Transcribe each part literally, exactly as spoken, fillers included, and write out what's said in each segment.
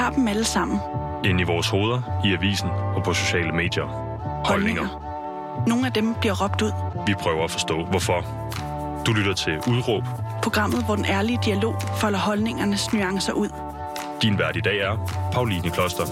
har dem alle sammen. Inde i vores hoveder, i avisen og på sociale medier. Holdninger. Nogle af dem bliver råbt ud. Vi prøver at forstå, hvorfor. Du lytter til Udråb. Programmet, hvor den ærlige dialog folder holdningernes nuancer ud. Din vært i dag er Pauline Kloster.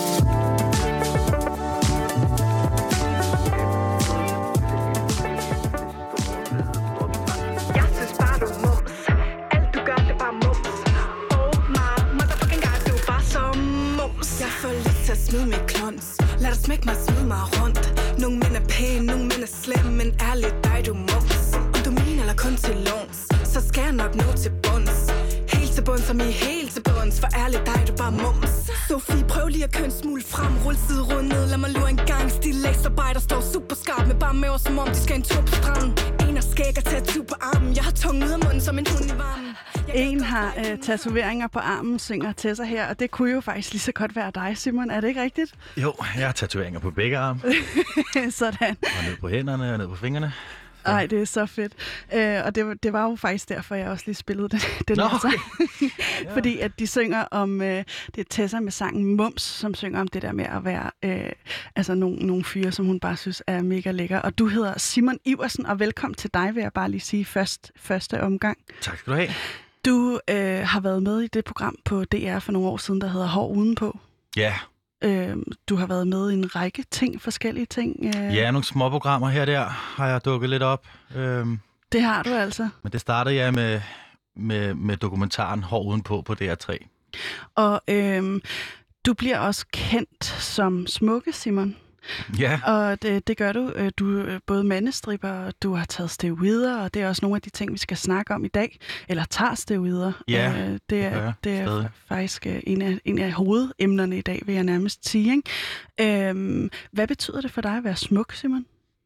Smid med klons. Lad dig smække mig, smid mig rundt. Nogle mænd er pæne, nogle mænd er slemme, men ærligt dig du mums. Om du mener eller kun til låns, så skal jeg nok nå til bunds. Helt til bunds, som i helt til bunds. For ærligt dig du bare mums. Sofie, prøv lige at køre en smule frem. Rul side rundt ned, lad mig lure en gang. Stilægsarbejder står super skarp med bare maver, som om de skal en tur på stranden. En har skæg og tattoo på armen. Jeg har tungen ud af munden som en hund i varmen. En har øh, tatoveringer på armen, synger til sig her, og det kunne jo faktisk lige så godt være dig, Simon. Er det ikke rigtigt? Jo, jeg har tatoveringer på begge arme. Sådan. Og ned på hænderne og ned på fingrene. Nej, det er så fedt. Øh, og det, det var jo faktisk derfor, jeg også lige spillede den, den Nå, her sang. Ja. Fordi at de synger om, øh, det er Tessa med sangen Mums, som synger om det der med at være øh, altså nogle, nogle fyre, som hun bare synes er mega lækker. Og du hedder Simon Iversen, og velkommen til dig, vil jeg bare lige sige først, første omgang. Tak skal du have. Du øh, har været med i det program på D R for nogle år siden, der hedder Hår Udenpå. Ja. Øh, du har været med i en række ting, forskellige ting. Øh. Ja, nogle små programmer her og der har jeg dukket lidt op. Øhm, Det har du altså. men det startede jeg med, med, med dokumentaren Hår Udenpå på D R tre. Og øh, du bliver også kendt som smukke, Simon. Ja. Og det, det gør du. Du er både mandestripper, og du har taget steroider, og det er også nogle af de ting, vi skal snakke om i dag. Eller tager steroider. Ja, øh, det det er, gør jeg det er stadig. faktisk en af, en af hovedemnerne i dag, vil jeg nærmest sige. Ikke? Øhm, hvad betyder det for dig at være smuk, Simon?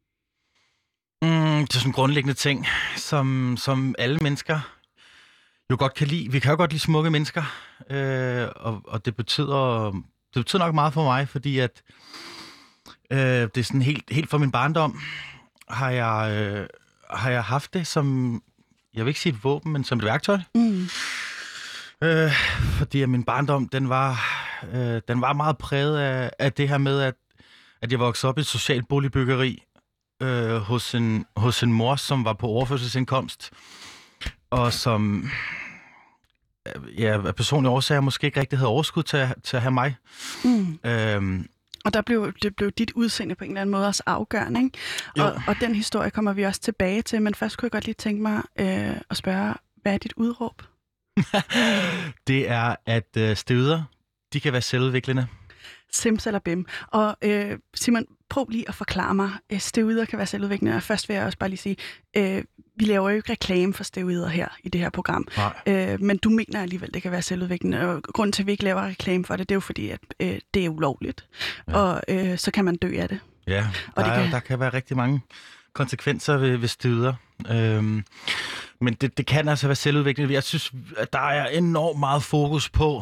Mm, det er sådan en grundlæggende ting, som, som alle mennesker jo godt kan lide. Vi kan jo godt lide smukke mennesker, øh, og, og det betyder det betyder nok meget for mig, fordi at øh, det er sådan helt, helt fra min barndom, har jeg, øh, har jeg haft det som, jeg vil ikke sige et våben, men som et værktøj. Mm. Øh, fordi at min barndom, den var, øh, den var meget præget af, af det her med, at, at jeg voksede op i et socialt boligbyggeri øh, hos, en, hos en mor, som var på overførselsindkomst, og som ja, af personlige årsager måske ikke rigtig havde overskud til, at- til at have mig. Mm. Øhm, Og der blev, det blev dit udseende på en eller anden måde også afgørende, ikke? Og, og den historie kommer vi også tilbage til, men først kunne jeg godt lige tænke mig øh, at spørge, hvad er dit udråb? det er, at øh, støder, de kan være selvudviklende. Sims eller bim. Og øh, Simon, prøv lige at forklare mig. Øh, Steroider kan være selvudviklende, og først vil jeg også bare lige sige, øh, vi laver jo ikke reklame for steroider her i det her program. Nej. Øh, men du mener alligevel, det kan være selvudviklende. Og grunden til, at vi ikke laver reklame for det, det er jo fordi, at øh, det er ulovligt. Ja. Og øh, så kan man dø af det. Ja, Og der, det kan... kan- der kan være rigtig mange konsekvenser ved, ved støder. Øhm, men det, det kan altså være selvudviklende. Jeg synes, at der er enormt meget fokus på,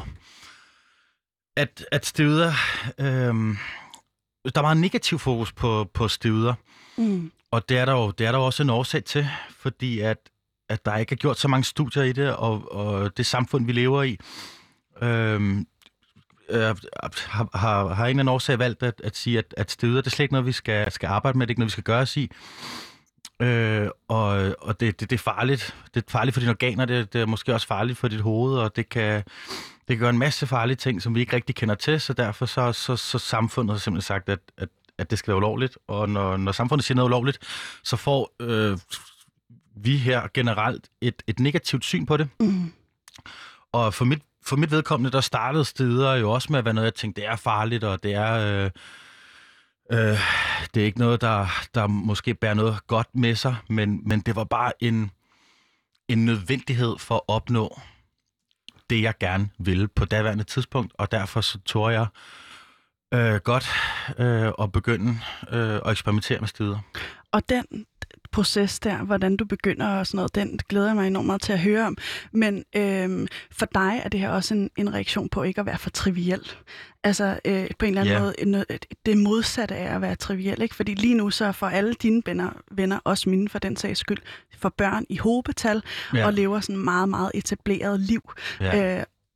at, at støder... Øhm, der er meget negativ fokus på, på støder. Mm. Og det er der jo, det er der jo også en årsag til, fordi at, at der ikke er gjort så mange studier i det, og, og det samfund, vi lever i, øhm, øh, har, har, har en eller anden årsag valgt at, at sige, at, at støder, det er slet ikke noget, vi skal, skal arbejde med, det er ikke noget, vi skal gøre os i. Øh, og og det, det, det er farligt. Det er farligt for dine organer, det, det er måske også farligt for dit hoved, og det kan, det kan gøre en masse farlige ting, som vi ikke rigtig kender til, så derfor så, så, så samfundet har simpelthen sagt, at, at at det skal være ulovligt, og når, når samfundet siger noget ulovligt, så får øh, vi her generelt et, et negativt syn på det. Mm. Og for mit, for mit vedkommende, der startede steder jo også med at være noget, jeg tænkte, det er farligt, og det er, øh, øh, det er ikke noget, der, der måske bærer noget godt med sig, men, men det var bare en, en nødvendighed for at opnå det, jeg gerne ville på daværende tidspunkt, og derfor så tog jeg Øh, godt øh, at begynde øh, at eksperimentere med steder. Og den proces der, hvordan du begynder og sådan noget, den glæder jeg mig enormt meget til at høre om. Men øhm, for dig er det her også en, en reaktion på ikke at være for triviel. Altså øh, på en eller anden Ja. måde, en, det modsatte af at være triviel, ikke? Fordi lige nu så for alle dine venner, venner, også mine for den sags skyld, for børn i hobetal, Ja. og lever sådan meget, meget etableret liv. Ja. Øh,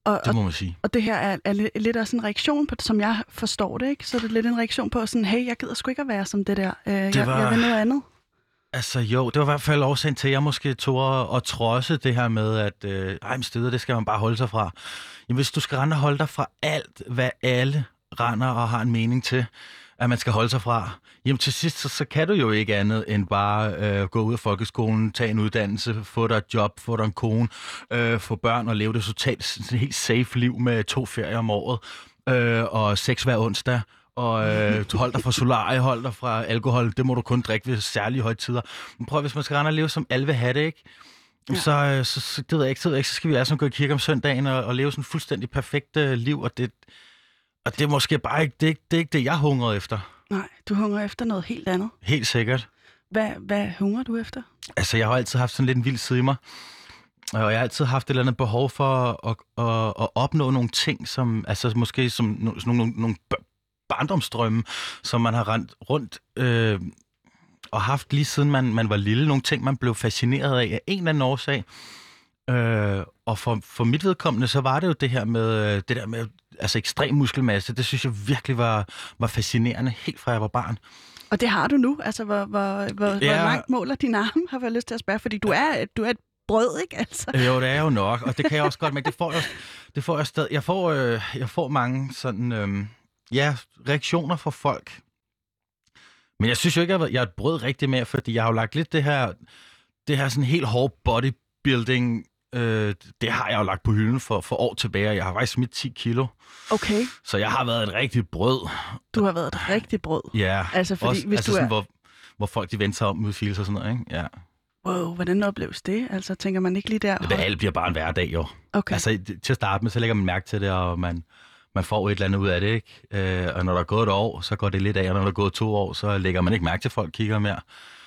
Og, det må man sige. Og, og det her er, er lidt også en reaktion på, som jeg forstår det, ikke? Så er det lidt en reaktion på sådan, hey, jeg gider sgu ikke at være som det der. Øh, det jeg, var... jeg vil noget andet. Altså jo, det var i hvert fald årsagen til, at jeg måske tog at trodse det her med, at øh, ej, men steder, det skal man bare holde sig fra. Jamen, hvis du skal rende og holde dig fra alt, hvad alle render og har en mening til, at man skal holde sig fra, jamen til sidst, så, så kan du jo ikke andet end bare øh, gå ud af folkeskolen, tage en uddannelse, få dig et job, få dig en kone, øh, få børn og leve det totalt sådan helt safe liv med to ferier om året, øh, og seks hver onsdag. Og øh, hold dig fra solarie, hold dig fra alkohol, det må du kun drikke ved særlige højtider. Men prøv, hvis man skal rende og leve som alle vil have det, ikke? Ja. Så, så, så, det ved jeg ikke, så, ved jeg ikke, så skal vi alle sammen gå i kirke om søndagen og, og leve sådan et fuldstændig perfekt øh, liv, og det, og det er måske bare ikke det, det, er ikke det, jeg hungrede efter. Nej, du hungrer efter noget helt andet. Helt sikkert. Hvad, hvad hungrer du efter? Altså, jeg har altid haft sådan lidt en vild side i mig, og jeg har altid haft et eller andet behov for at, at, at opnå nogle ting, som, altså måske som sådan nogle, nogle, nogle barndomsdrømme, som man har rendt rundt øh, og haft lige siden man, man var lille. Nogle ting, man blev fascineret af af en eller anden årsag. Øh, og for, for mit vedkommende, så var det jo det her med, det der med altså ekstrem muskelmasse. Det synes jeg virkelig var, var fascinerende, helt fra jeg var barn. Og det har du nu? Altså, hvor, hvor, hvor, ja. hvor langt måler din arm, har jeg lyst til at spørge? Fordi du er, du er et brød, ikke? Altså. Jo, det er jo nok, og det kan jeg også godt mærke. Det får jeg, det får jeg stadig. Jeg får, øh, jeg får mange sådan... Øh, Ja, reaktioner fra folk. Men jeg synes jo ikke, at jeg er et brød rigtig mere, fordi jeg har jo lagt lidt det her, det her sådan helt hård bodybuilding, øh, det har jeg jo lagt på hylden for, for år tilbage, og jeg har faktisk smidt ti kilo. Okay. Så jeg har været et rigtigt brød. Du har været et rigtigt brød? Ja, altså, fordi, også, hvis altså du er... sådan, hvor, hvor folk de vender sig om, udfiles og sådan noget, ikke? Ja. Wow, hvordan opleves det? Altså, tænker man ikke lige der... Det alt bliver bare en hverdag, jo. Okay. Altså, til at starte med, så lægger man mærke til det, og man... Man får et eller andet ud af det, ikke? Øh, og når der er gået et år, så går det lidt af, og når der er gået to år, så lægger man ikke mærke til, at folk kigger mere.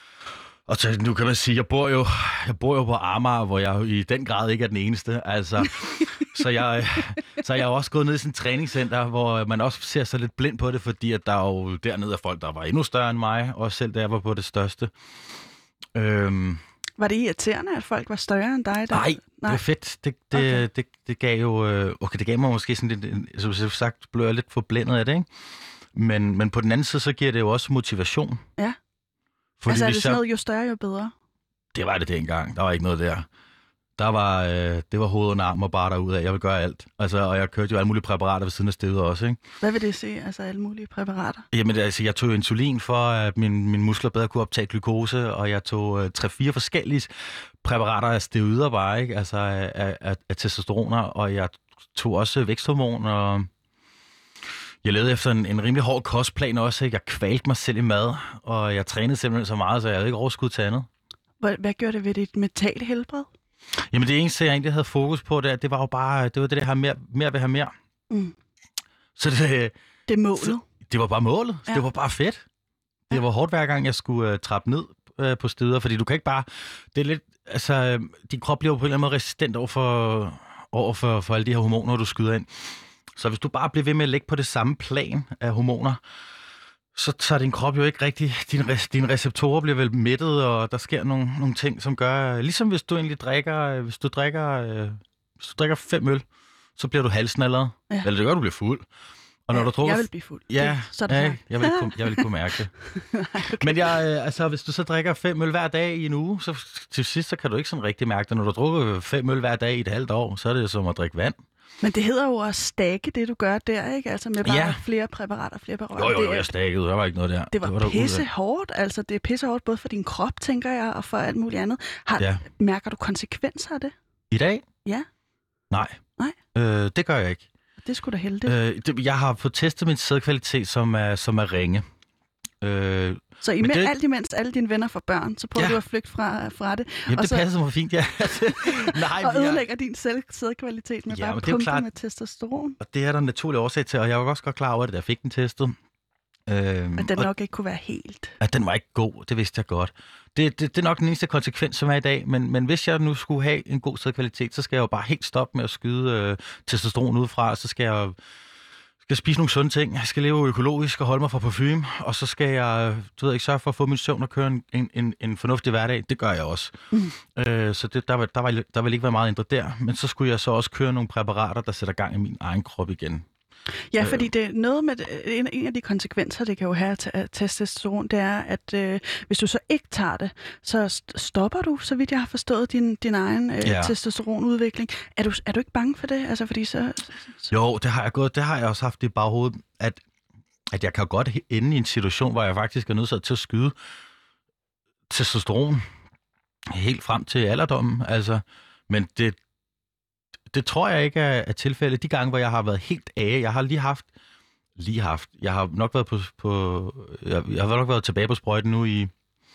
Og så, nu kan man sige, jeg bor jo, jeg bor jo på Amager, hvor jeg i den grad ikke er den eneste. Altså, så, jeg, så jeg er også gået ned i sådan et træningscenter, hvor man også ser sig lidt blind på det, fordi at der er jo dernede er folk, der var endnu større end mig, også selv da jeg var på det største. Øhm, Var det irriterende, at folk var større end dig? Der? Nej, det var fedt. Det, det, okay. det, det, det gav jo... Okay, det gav mig måske sådan lidt... Som jeg sagt, blev jeg lidt forblændet af det, ikke? Men, men på den anden side, så giver det jo også motivation. Ja. Fordi altså er det sådan jeg, noget, jo større, jo bedre? Det var det dengang. Der var ikke noget der. Der var... Øh, det var hoved og arm og bare derudad. Jeg vil gøre alt. Altså, og jeg kørte jo alle mulige præparater ved siden af stedet også, ikke? Hvad vil det sige, altså alle mulige præparater? Jamen, altså, jeg tog insulin for, at min, mine muskler bedre kunne optage glukose, og jeg tog øh, tre-fire forskellige præparater af steroider bare, ikke? Altså af, af, af testosteroner, og jeg tog også væksthormon, og jeg levede efter en, en rimelig hård kostplan også, ikke? Jeg kvalte mig selv i mad, og jeg trænede simpelthen så meget, så jeg havde ikke overskud til andet. Hvad, hvad gjorde det ved dit mentale helbred? Jamen det eneste, jeg egentlig havde fokus på, det, det var jo bare, det var det der her mere, mere vil have mere. Mm. Så det... Det er målet? Så, det var bare målet. Ja. Det var bare fedt. Det ja. var hårdt hver gang, jeg skulle uh, trappe ned uh, på steder, fordi du kan ikke bare... Det er lidt... Altså, din krop bliver på en eller anden måde resistent over for, over for, for alle de her hormoner, du skyder ind. Så hvis du bare bliver ved med at lægge på det samme plan af hormoner, så tager din krop jo ikke rigtig... Dine, dine receptorer bliver vel mættet, og der sker nogle, nogle ting, som gør... Ligesom hvis du egentlig drikker... Hvis du drikker, øh, hvis du drikker fem øl, så bliver du halsnallet. Ja. Eller det gør, du bliver fuld. Og når ja, du drukker... Jeg vil blive fuld. Ja, det, så er det ja jeg, vil ikke kunne, jeg vil ikke kunne mærke det. Nej, okay. Men jeg, øh, altså, hvis du så drikker fem øl hver dag i en uge, så til sidst så kan du ikke sådan rigtig mærke det. Når du drukker fem øl hver dag i et halvt år, så er det som at drikke vand. Men det hedder jo at stakke det, du gør der, ikke? Altså med bare ja. flere præparater, flere præparater. Jo, jo, jeg stakkede. Der var ikke noget der. Det var, det var pisse hårdt. Altså, det er pisse hårdt både for din krop, tænker jeg, og for alt muligt andet. Har, ja. Mærker du konsekvenser af det? I dag? Ja. Nej. Nej? Øh, det gør jeg ikke. Det skulle da heldigt. Øh, det, jeg har fået testet min sædkvalitet, som er, som er ringe. Øh, så imens, det... alt imens alle dine venner får børn, så prøver ja. du at flygte fra, fra det. Jamen, og det så... passer mig fint, ja. Nej, og ødelægger jeg... din sædkvalitet med ja, bare pumper klart... med testosteron. Og det er der en naturlig årsag til, og jeg var også godt klar over det, da jeg fik den testet. Øh, at den og... nok ikke kunne være helt... At den var ikke god, det vidste jeg godt. Det, det, det er nok den eneste konsekvens, som er i dag, men, men hvis jeg nu skulle have en god sædkvalitet, så skal jeg jo bare helt stoppe med at skyde øh, testosteron udefra, så skal jeg skal spise nogle sunde ting, jeg skal leve økologisk og holde mig fra parfume, og så skal jeg, du ved ikke, sørge for at få min søvn og køre en, en, en fornuftig hverdag. Det gør jeg også. Mm. Øh, så det, der, var, der, var, der ville ikke være meget ændret der, men så skulle jeg så også køre nogle præparater, der sætter gang i min egen krop igen. Ja, fordi det er noget med, en, en af de konsekvenser, det kan jo have af testosteron, det er, at øh, hvis du så ikke tager det, så stopper du, så vidt jeg har forstået, din, din egen øh, ja. testosteronudvikling. Er du, er du ikke bange for det? Altså, fordi så, så... Jo, det har jeg gået, det har jeg også haft i baghovedet, at, at jeg kan godt ende i en situation, hvor jeg faktisk er nødt til at skyde testosteron helt frem til alderdommen, altså, men det Det tror jeg ikke er, er tilfældet. De gange, hvor jeg har været helt af, jeg har lige haft, lige haft, jeg har nok været på, på jeg, jeg har nok været tilbage på sprøjten nu i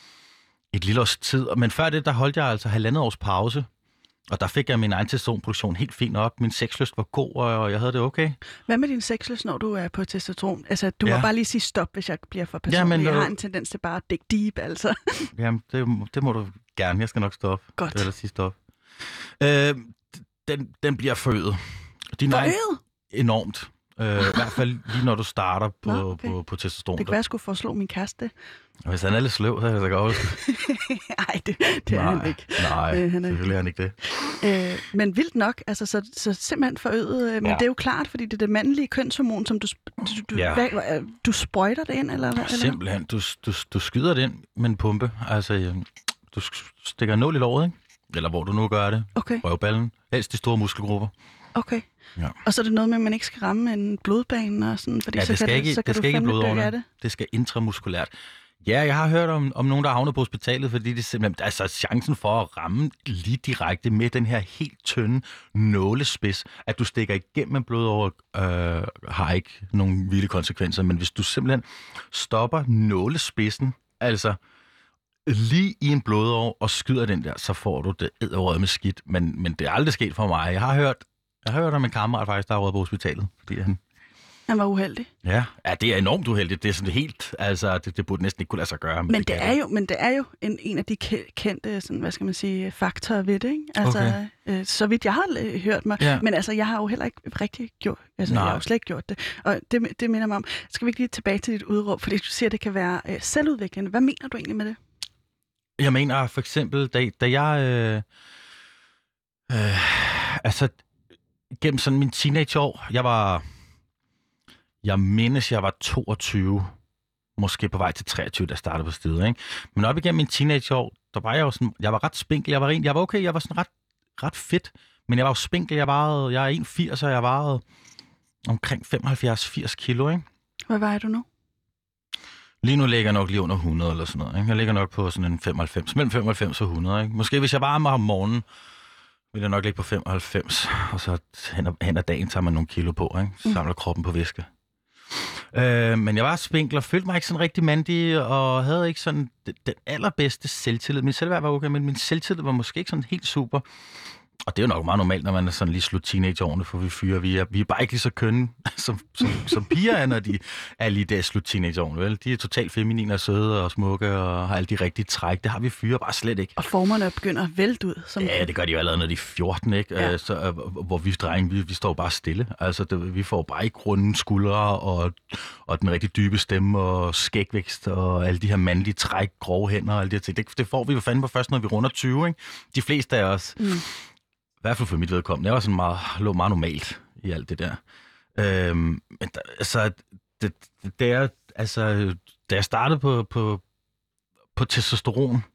et lille års tid, men før det, der holdt jeg altså halvandet års pause, og der fik jeg min egen testosteronproduktion helt fint op. Min sexlyst var god, og jeg havde det okay. Hvad med din sexlyst, når du er på testosteron? Altså, du ja. må bare lige sige stop, hvis jeg bliver for personlig. Jamen, jeg har en tendens til bare at dig deep, altså. Jamen, det, det må du gerne. Jeg skal nok stoppe. Godt. Eller sige stop. Øh, Den, den bliver forøget. Din forøget? Enormt. Øh, I hvert fald lige når du starter på, Nå, okay. på, på testosteron. Det kan være, jeg skulle foreslå min kæreste. Hvis han er lidt sløv, så er det så godt. Nej, det, det er nej, han ikke. Nej, øh, han er selvfølgelig er han ikke det. Øh, men vildt nok, altså, så, så simpelthen forøget. Men ja. det er jo klart, fordi det er det mandlige kønshormon, som du, du, du, ja. hvad, du sprøjter det ind, eller hvad? Simpelthen. Du, du, du skyder det ind med en pumpe. Altså, du stikker en nål i låret, ikke? Eller hvor du nu gør det. Okay. Røvballen. Helst de store muskelgrupper. Okay. Ja. Og så er det noget med, at man ikke skal ramme en blodbane og sådan, fordi ja, det så kan, ikke, det, så kan det du fandme dø af det. Det skal intramuskulært. Ja, jeg har hørt om, om nogen, der havner på hospitalet, fordi det simpelthen, altså chancen for at ramme lige direkte med den her helt tynde nålespids, at du stikker igennem en blodåre, øh, har ikke nogen vilde konsekvenser, men hvis du simpelthen stopper nålespidsen, altså lige i en blodår og skyder den der, så får du det edderrød med skidt. Men, men det er aldrig sket for mig. Jeg har hørt, jeg har hørt om en kammerat faktisk, der har været på hospitalet, fordi han... Han var uheldig? Ja, ja, det er enormt uheldigt. Det er sådan helt... Altså, det, det burde næsten ikke kunne lade sig gøre. Men, men, det, det, er jo, men det er jo en, en af de kendte, sådan, hvad skal man sige, faktorer ved det, ikke? Altså, okay. øh, så vidt jeg har hørt mig. Ja. Men altså, jeg har jo heller ikke rigtig gjort... Altså, Nej. jeg har jo slet ikke gjort det. Og det, det minder mig om... Skal vi ikke lige tilbage til dit udråb? Fordi du siger, at det kan være øh, selvudviklende. Hvad mener du egentlig med det? Jeg mener for eksempel, da, da jeg... Øh, øh, altså, gennem sådan min teenageår, jeg var... Jeg mindes, jeg var toogtyve, måske på vej til treogtyve, da jeg startede på stedet, ikke? Men op igennem min teenageår, der var jeg jo sådan... Jeg var ret spinkel, jeg var ren, jeg var okay, jeg var sådan ret, ret fedt, men jeg var jo spinkel, jeg var jeg er en komma firs, og jeg var omkring femoghalvfjerds til firs kilo, ikke? Hvad vejer du nu? Lige nu ligger jeg nok lige under hundrede eller sådan noget, ikke? Jeg ligger nok på sådan en femoghalvfems, mellem femoghalvfems og hundrede, ikke? Måske hvis jeg varmer om morgenen, vil jeg nok ligge på femoghalvfems, og så hen ad, hen ad dagen tager man nogle kilo på, ikke? Så samler mm. kroppen på væske. Øh, men jeg var spinkel og følte mig ikke sådan rigtig mandig, og havde ikke sådan den allerbedste selvtillid. Min selvværd var okay, men min selvtillid var måske ikke sådan helt super. Og det er jo nok meget normalt, når man er sådan lige slut teenageårene, for vi fyre, vi er, vi er bare ikke lige så kønne, som, som, som piger er, når de er lige der slut teenageårene, vel? De er totalt feminine og søde og smukke og har alle de rigtige træk. Det har vi fyre bare slet ikke. Og formerne begynder at vælte ud. Som... Ja, det gør de jo allerede, når de er fjorten, ikke? Ja. Så, hvor vi drenge, vi, vi står bare stille. Altså, det, vi får bare ikke runde skuldre og, og den rigtig dybe stemme og skægvækst og alle de her mandlige træk, grove hænder og alle de her ting. Det, det får vi jo fandme på først, når vi runder tyve, ikke? De fleste af os... Mm. I hvert fald for mit vedkommende. Jeg var sådan meget, lå meget normalt i alt det der. Øhm, men der, altså, det, det, det er, altså, da jeg startede på, på, på testosteron,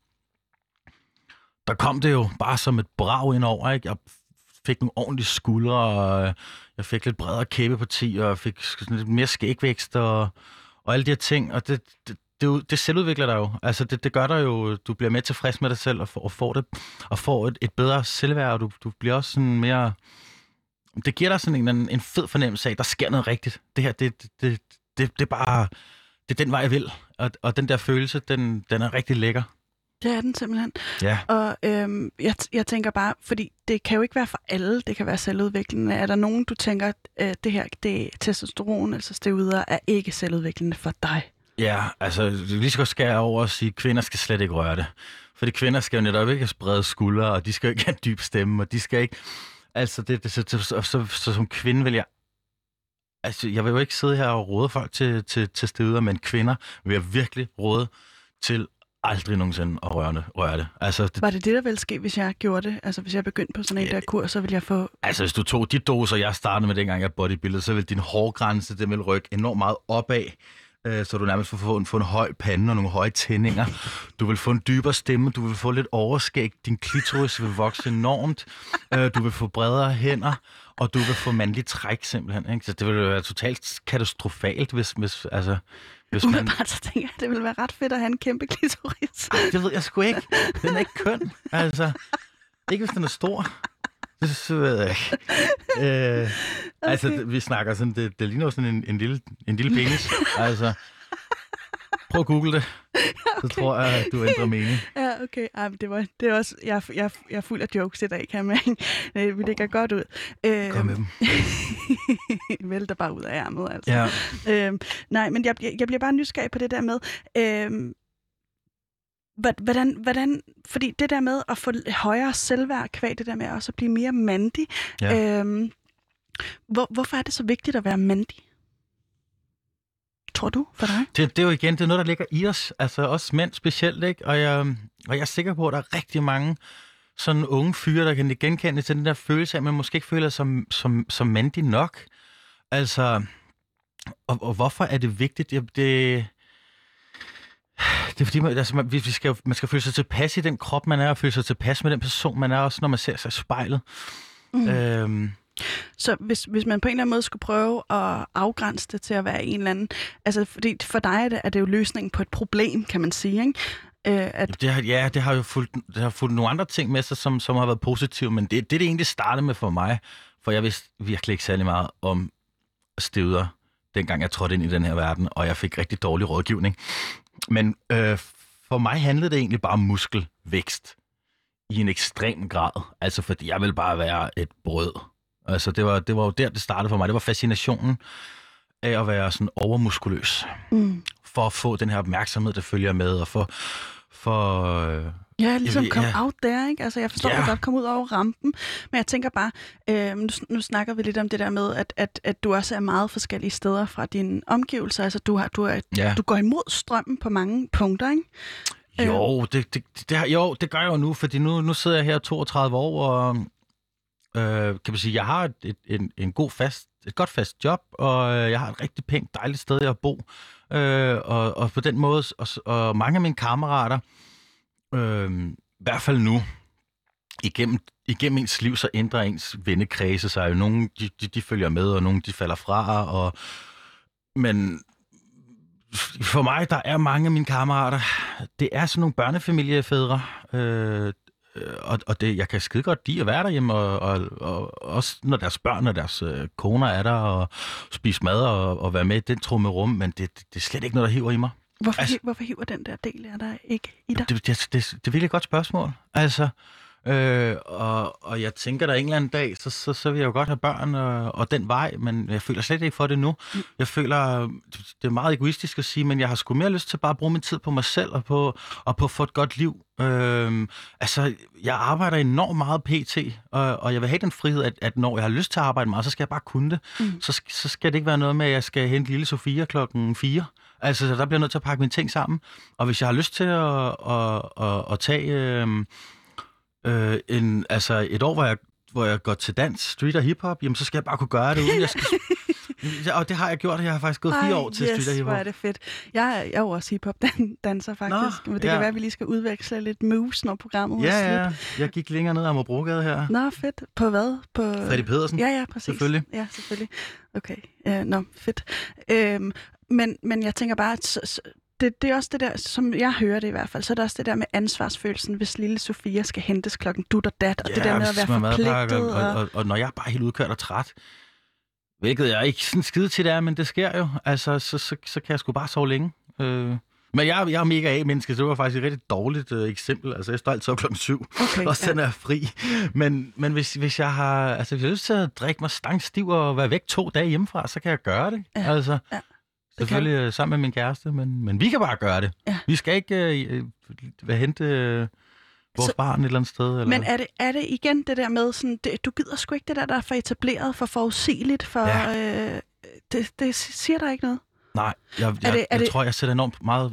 der kom det jo bare som et brag indover, ikke? Jeg fik nogle ordentlige skuldre, og jeg fik lidt bredere kæbeparti, og jeg fik sådan lidt mere skægvækst, og, og alle de her ting, og det, det Det, det selvudvikler dig jo. Altså, det, det gør dig jo, du bliver mere tilfreds med dig selv, og, for, og får, det, og får et, et bedre selvværd, og du, du bliver også sådan mere... Det giver dig sådan en, en fed fornemmelse af, at der sker noget rigtigt. Det her, det, det, det, det, det er bare... Det er den vej, jeg vil. Og, og den der følelse, den, den er rigtig lækker. Det er den simpelthen. Ja. Og øhm, jeg, jeg tænker bare, fordi det kan jo ikke være for alle, det kan være selvudviklende. Er der nogen, du tænker, at det her, det er testosteron, altså steroider, er ikke selvudviklende for dig? Ja, altså lige så skal jeg over og sige, at kvinder skal slet ikke røre det. Fordi kvinder skal jo netop ikke have brede skuldre, og de skal jo ikke have en dyb stemme, og de skal ikke... Altså, det, det, så, så, så, så, så som kvinde vil jeg Altså, jeg vil jo ikke sidde her og råde folk til, til, til steder, men kvinder vil jeg virkelig råde til aldrig nogensinde at røre det. Røre det. Altså, det Var det det, der ville ske, hvis jeg gjorde det? Altså, hvis jeg begyndte på sådan en Ja. der kur, så ville jeg få... Altså, hvis du tog de doser, jeg startede med dengang, jeg bodybuildede, så vil din hårgrænse, det vil rykke enormt meget opad, øh, så du nærmest får få en, få en høj pande og nogle høje tændinger. Du vil få en dybere stemme, du vil få lidt overskæg, din klitoris vil vokse enormt, øh, du vil få bredere hænder, og du vil få mandlig træk simpelthen. Ikke? Så det vil jo være totalt katastrofalt, hvis, hvis, altså, hvis man... Umiddelbart så tænker jeg, at det ville være ret fedt at have en kæmpe klitoris. Det ved jeg sgu ikke. Den er ikke køn. Altså, ikke hvis den er stor. Det så ved jeg ikke. Øh, okay. Altså, vi snakker sådan, det, det ligner jo sådan en, en, lille, en lille penis. Altså, prøv at google det. Så okay. tror jeg, at du ændrer mening. Ja, okay. Ej, det var, det er også, jeg, jeg, jeg er fuld af jokes i dag, kan man. Vi ligger godt ud. Øh, Kom med dem. Vælter bare ud af ærmet, altså. Ja. Øh, nej, men jeg, jeg bliver bare nysgerrig på det der med... Øh, Hvordan, hvordan, fordi det der med at få højere selvværd, kvad det der med også at blive mere mandig, Ja. øhm, hvor, hvorfor er det så vigtigt at være mandig? Tror du for dig? Det, det er jo igen, det er noget, der ligger i os. Altså også mænd specielt, ikke? Og jeg, og jeg er sikker på, at der er rigtig mange sådan unge fyre, der kan genkende til den der følelse af, at man måske ikke føler sig som, som, som mandig nok. Altså, og, og hvorfor er det vigtigt? Det, det Det er fordi, man, altså, man, vi skal, man skal føle sig tilpas i den krop, man er, og føle sig tilpas med den person, man er, også når man ser sig i spejlet. Mm. Øhm. Så hvis, hvis man på en eller anden måde skulle prøve at afgrænse det til at være en eller anden... Altså, fordi for dig er det, er det jo løsningen på et problem, kan man sige, ikke? Øh, at... det har, ja, det har jo fulgt, det har fulgt nogle andre ting med sig, som, som har været positive, men det, det, det egentlig startede med for mig, for jeg vidste virkelig ikke særlig meget om støder, dengang jeg trådte ind i den her verden, og jeg fik rigtig dårlig rådgivning. Men øh, for mig handlede det egentlig bare om muskelvækst i en ekstrem grad. Altså, fordi jeg ville bare være et brød. Altså, det var, det var jo der, det startede for mig. Det var fascinationen af at være sådan overmuskuløs. Mm. For at få den her opmærksomhed, der følger med, og for... for øh, Ja, ligesom jeg, kom ja. out der, ikke? Altså, jeg forstår Ja. ja. godt komme ud over rampen, men jeg tænker bare, øh, nu, nu snakker vi lidt om det der med, at, at, at du også er meget forskellige steder fra dine omgivelser. Altså, du, har, du, er, Ja. du går imod strømmen på mange punkter, ikke? Jo, det, det, det, det, jo, det gør jeg jo nu, fordi nu, nu sidder jeg her toogtredive år, og øh, kan man sige, jeg har et, et, en, en god fast, et godt fast job, og øh, jeg har et rigtig pænt, dejligt sted at bo. Øh, og, og på den måde, og, og mange af mine kammerater, øh, i hvert fald nu, igennem, igennem ens liv, så ændrer ens vennekredse sig jo. Nogle, de, de, de følger med, og nogle, de falder fra, og men... For mig, der er mange af mine kammerater, det er sådan nogle børnefamiliefædre, øh, og, og det, jeg kan skide godt lide at være derhjemme, og, og, og også når deres børn og deres øh, koner er der, og spise mad og, og være med i den trumme rum, men det, det er slet ikke noget, der hiver i mig. Hvorfor, altså, hi- hvorfor hiver den der del af dig ikke i dig? Det, det, det, det er virkelig et godt spørgsmål. Altså, øh, og, og jeg tænker, der en eller anden dag, så, så, så vil jeg jo godt have børn og, og den vej, men jeg føler slet ikke for det nu. Mm. Jeg føler, det er meget egoistisk at sige, men jeg har sgu mere lyst til bare at bruge min tid på mig selv og på, og på at få et godt liv. Øh, altså, jeg arbejder enormt meget pt, og, og jeg vil have den frihed, at, at når jeg har lyst til at arbejde meget, så skal jeg bare kunne det. Mm. Så, så skal det ikke være noget med, at jeg skal hente lille Sofia klokken fire. Altså, der bliver jeg nødt til at pakke mine ting sammen. Og hvis jeg har lyst til at, at, at, at tage øh, øh, en, altså et år, hvor jeg, hvor jeg går til dans, street og hiphop, jamen så skal jeg bare kunne gøre det, uden jeg skal... Og det har jeg gjort, jeg har faktisk gået fire Ej, år til yes, street og hiphop. Hvor er det fedt. Jeg er, jeg er jo også hiphop-danser, faktisk. Nå, det ja. kan være, at vi lige skal udveksle lidt moves, når programmet Ja, er ja. Jeg gik længere ned ad Amagerbrogade her. Nå, fedt. På hvad? På... Freddy Pedersen. Ja, ja, præcis. Selvfølgelig. Ja, selvfølgelig. Okay. Uh, nå, fedt. Øhm, men, men jeg tænker bare, at så, så, det, det er også det der, som jeg hører det i hvert fald, så er det også det der med ansvarsfølelsen, hvis lille Sofia skal hentes klokken dut og dat, og Ja, det der med at være forpligtet. Og, og, og, og når jeg er bare helt udkørt og træt, hvilket jeg ikke sådan skide til det er, men det sker jo, altså, så, så, så kan jeg sgu bare sove længe. Øh. Men jeg, jeg er mega A-menneske, så det var faktisk et rigtig dårligt øh, eksempel. Altså, jeg står altid op klokken syv, Okay, og så ja. er jeg fri. Men, men hvis, hvis jeg har altså, hvis jeg har lyst til at drikke mig stangstiv og være væk to dage hjemmefra, så kan jeg gøre det. Ja. Altså, ja. selvfølgelig øh, sammen med min kæreste, men, men vi kan bare gøre det. Ja. Vi skal ikke øh, øh, hente øh, vores så, barn et eller andet sted. Eller? Men er det, er det igen det der med, sådan, det, du gider sgu ikke det der, der er for etableret, for forudsigeligt, for... Ja. Øh, det, det siger der ikke noget? Nej, jeg, jeg, det, jeg det... tror, jeg sætter enormt meget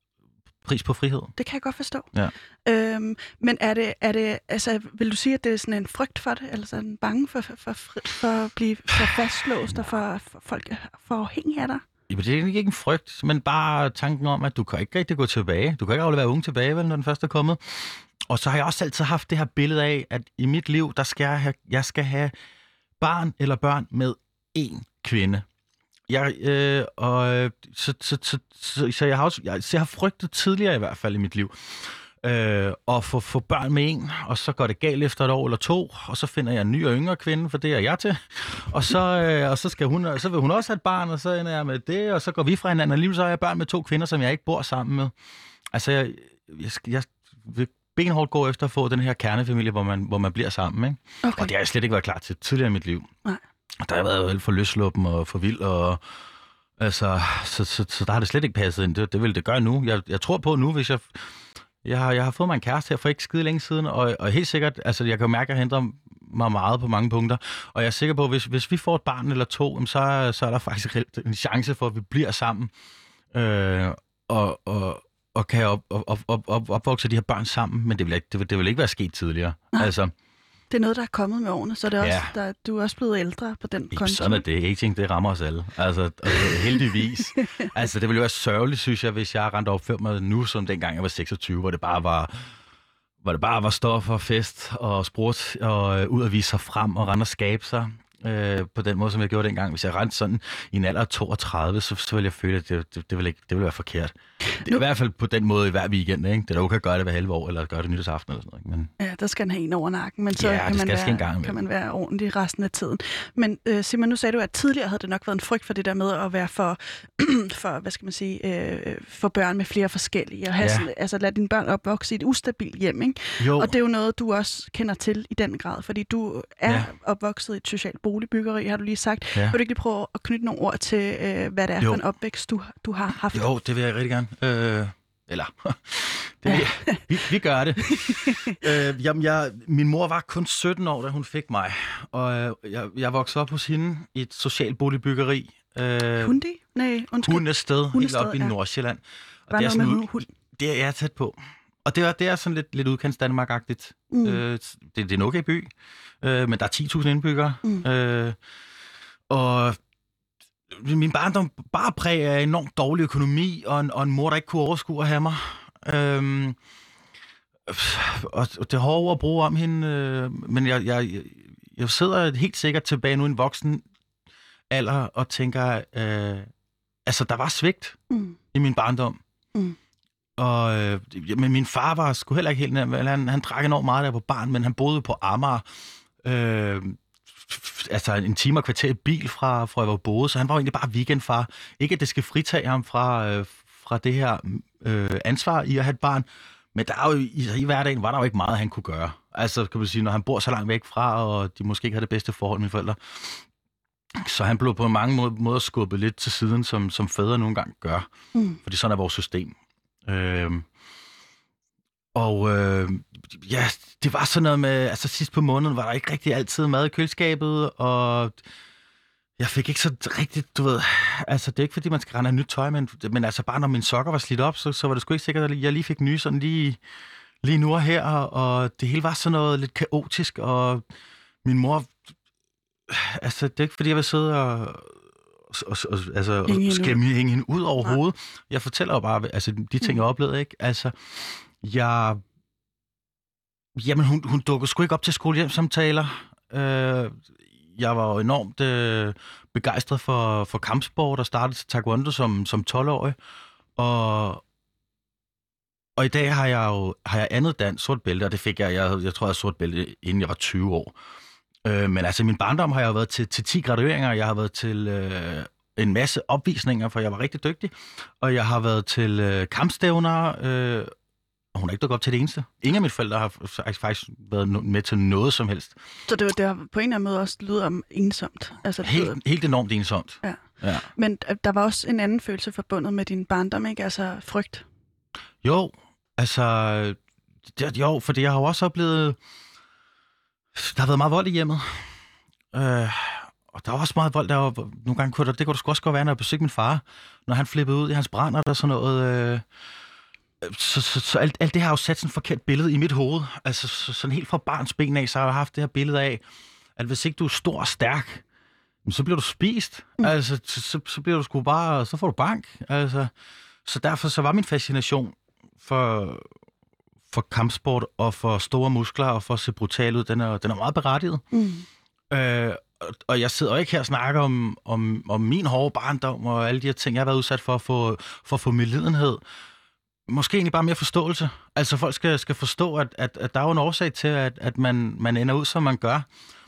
pris på frihed. Det kan jeg godt forstå. Ja. Øhm, men er det, er det, altså, vil du sige, at det er sådan en frygt for det, eller sådan bange for, for, for, for at blive for fastlåst og for, for folk for afhængige af dig? Jamen, det er ikke en frygt, men bare tanken om, at du kan ikke rigtig gå tilbage. Du kan ikke aflevere unge tilbage, vel, når den første er kommet. Og så har jeg også altid haft det her billede af, at i mit liv, der skal jeg have, jeg skal have barn eller børn med én kvinde. Jeg, øh, og, så, så, så, så, så, jeg har også, jeg, så jeg har frygtet tidligere i hvert fald i mit liv, øh, at få, få børn med en, og så går det galt efter et år eller to, og så finder jeg en ny og yngre kvinde, for det er jeg til, og så, øh, og så, skal hun, så vil hun også have et barn, og så ender jeg med det, og så går vi fra hinanden, og lige så har jeg børn med to kvinder, som jeg ikke bor sammen med. Altså, jeg, jeg, jeg vil benhårdt gå efter at få den her kernefamilie, hvor man, hvor man bliver sammen, ikke? Okay. Og det har jeg slet ikke været klar til tidligere i mit liv. Nej. Der har været alt for løsluppen og for vild, og altså, så, så, så der har det slet ikke passet ind. Det, det vil det gøre nu. Jeg, jeg tror på nu, hvis jeg... Jeg har, jeg har fået mig en kæreste her for ikke skide længe siden, og, og helt sikkert, altså jeg kan mærke, at jeg henter mig meget på mange punkter, og jeg er sikker på, at hvis, hvis vi får et barn eller to, så, så er der faktisk en chance for, at vi bliver sammen, øh, og, og, og kan op, op, op, op, opvokse de her børn sammen, men det vil ikke, det vil, det vil ikke være sket tidligere. Nej. Altså... Det er noget, der er kommet med årene, så det er også, ja. der, du er også blevet ældre på den konto. Sådan er det. Aging, det rammer os alle. Altså, heldigvis. Altså, det ville jo være sørgeligt, synes jeg, hvis jeg rendte opført mig nu, som dengang jeg var seksogtyve, hvor det bare var, hvor det bare var stof og fest og sprut og øh, ud at vise sig frem og rende og skabe sig. Øh, på den måde, som jeg gjorde dengang. Hvis jeg rendte sådan i en alder af toogtredive, så, så ville jeg føle, at det, det, det, ville, ikke, det ville være forkert. Det er nu... i hvert fald på den måde i hver weekend, ikke? Det er da okay at gøre det hver halve år, eller gøre det nytårsaften eller sådan noget. Men... Ja, der skal han have en over nakken, men så ja, kan, man være, gang kan man være ordentlig resten af tiden. Men uh, Simon, nu sagde du, at tidligere havde det nok været en frygt for det der med at være for, for hvad skal man sige, øh, for børn med flere forskellige, og have ja. sådan, altså lade dine børn opvokse i et ustabilt hjem, ikke? Jo. Og det er jo noget, du også kender til i den grad, fordi du er ja. opvokset i et socialt boligbyggeri, har du lige sagt. Ja. Vil du ikke lige prøve at knytte nogle ord til, øh, hvad det er jo. for en opvækst, du, du har haft? Jo, det vil jeg rigtig gerne. Øh, eller, det vil, ja. vi, vi gør det. øh, jamen, jeg, min mor var kun sytten år, da hun fik mig, og øh, jeg, jeg voksede op hos hende i et socialt boligbyggeri. Øh, Hundi? Nej, undskyld. Hundested, helt oppe i ja. Nordsjælland. Og var det er sådan noget med hund? Det er jeg tæt på. Og det er, det er sådan lidt, lidt udkants Danmark-agtigt. Mm. Øh, det, det er en okay by, øh, men der er ti tusind indbyggere. Mm. Øh, og min barndom bare præg af enormt dårlig økonomi, og en, og en mor, der ikke kunne overskue at have mig. Øhm, og det er hårdt at bruge om hende, øh, men jeg, jeg, jeg sidder helt sikkert tilbage nu i en voksen alder og tænker, øh, altså der var svigt mm. i min barndom. Mm. Og, øh, men min far var sgu heller ikke helt nær. Han, han drak enormt meget der på barn, men han boede på Amager. Øh, altså en time og kvarter i bil fra, fra jeg var boet, så han var jo egentlig bare weekendfar. Ikke at det skal fritage ham fra, øh, fra det her øh, ansvar i at have et barn, men der er jo, i, i hverdagen var der jo ikke meget, han kunne gøre. Altså, kan man sige, når han bor så langt væk fra, og de måske ikke har det bedste forhold, mine forældre. Så han blev på mange måder, måder skubbet lidt til siden, som, som fædre nogle gange gør. Mm. Fordi sådan er vores system. Øh, og øh, ja, det var sådan noget med, altså sidst på måneden var der ikke rigtig altid mad i køleskabet, og jeg fik ikke så rigtigt, du ved, altså det er ikke fordi, man skal rende af nyt tøj, men, men altså bare når mine sokker var slidt op, så, så var det sgu ikke sikkert, at jeg lige fik nye sådan lige, lige nu og her, og det hele var sådan noget lidt kaotisk, og min mor, altså det er ikke fordi, jeg vil sidde og... og, og, altså, og skal hænge hende ud over hovedet. Jeg fortæller jo bare, altså de ting, jeg oplevede, ikke? Altså, jeg... Jamen, hun, hun dukkede sgu ikke op til skolehjemsamtaler. Øh, jeg var jo enormt øh, begejstret for, for kampsport og startede til taekwondo som, som tolv-årig. Og, og i dag har jeg jo har jeg andet dans, sort bælte, og det fik jeg, jeg, jeg tror, jeg sort bælte, inden jeg var tyve år. Øh, men altså, i min barndom har jeg været til, til ti gradueringer, jeg har været til øh, en masse opvisninger, for jeg var rigtig dygtig, og jeg har været til øh, kampstævner, øh, og hun har ikke dukket op til det eneste. Ingen af mine forældre har faktisk været med til noget som helst. Så det, det har på en eller anden måde også lyder om ensomt? Altså, helt, lyder... helt enormt ensomt. Ja. Ja. Men der var også en anden følelse forbundet med din barndom, ikke? Altså frygt? Jo, altså... Det, jo, fordi jeg har jo også oplevet... Der har været meget vold i hjemmet. Øh, og der var også meget vold der. Var, nogle gange kunne der, det kunne der sgu også godt være, når jeg besøgte min far, når han flippede ud i hans brænder og sådan noget. Øh, så så, så alt, alt det har jo sat sådan et forkert billede i mit hoved. Altså så, sådan helt fra barns ben af, så har jeg haft det her billede af, at hvis ikke du er stor og stærk, så bliver du spist. Mm. Altså, så, så bliver du sgu bare, så får du bank. Altså, så derfor så var min fascination for, for kampsport og for store muskler og for at se brutal ud, den er, den er meget berettiget. Mm. Øh, og, og jeg sidder jo ikke her og snakker om, om, om min hårde barndom og alle de her ting, jeg har været udsat for, for, for at få medlidenhed. Måske egentlig bare mere forståelse. Altså folk skal, skal forstå, at, at, at der er jo en årsag til, at, at man, man ender ud, som man gør.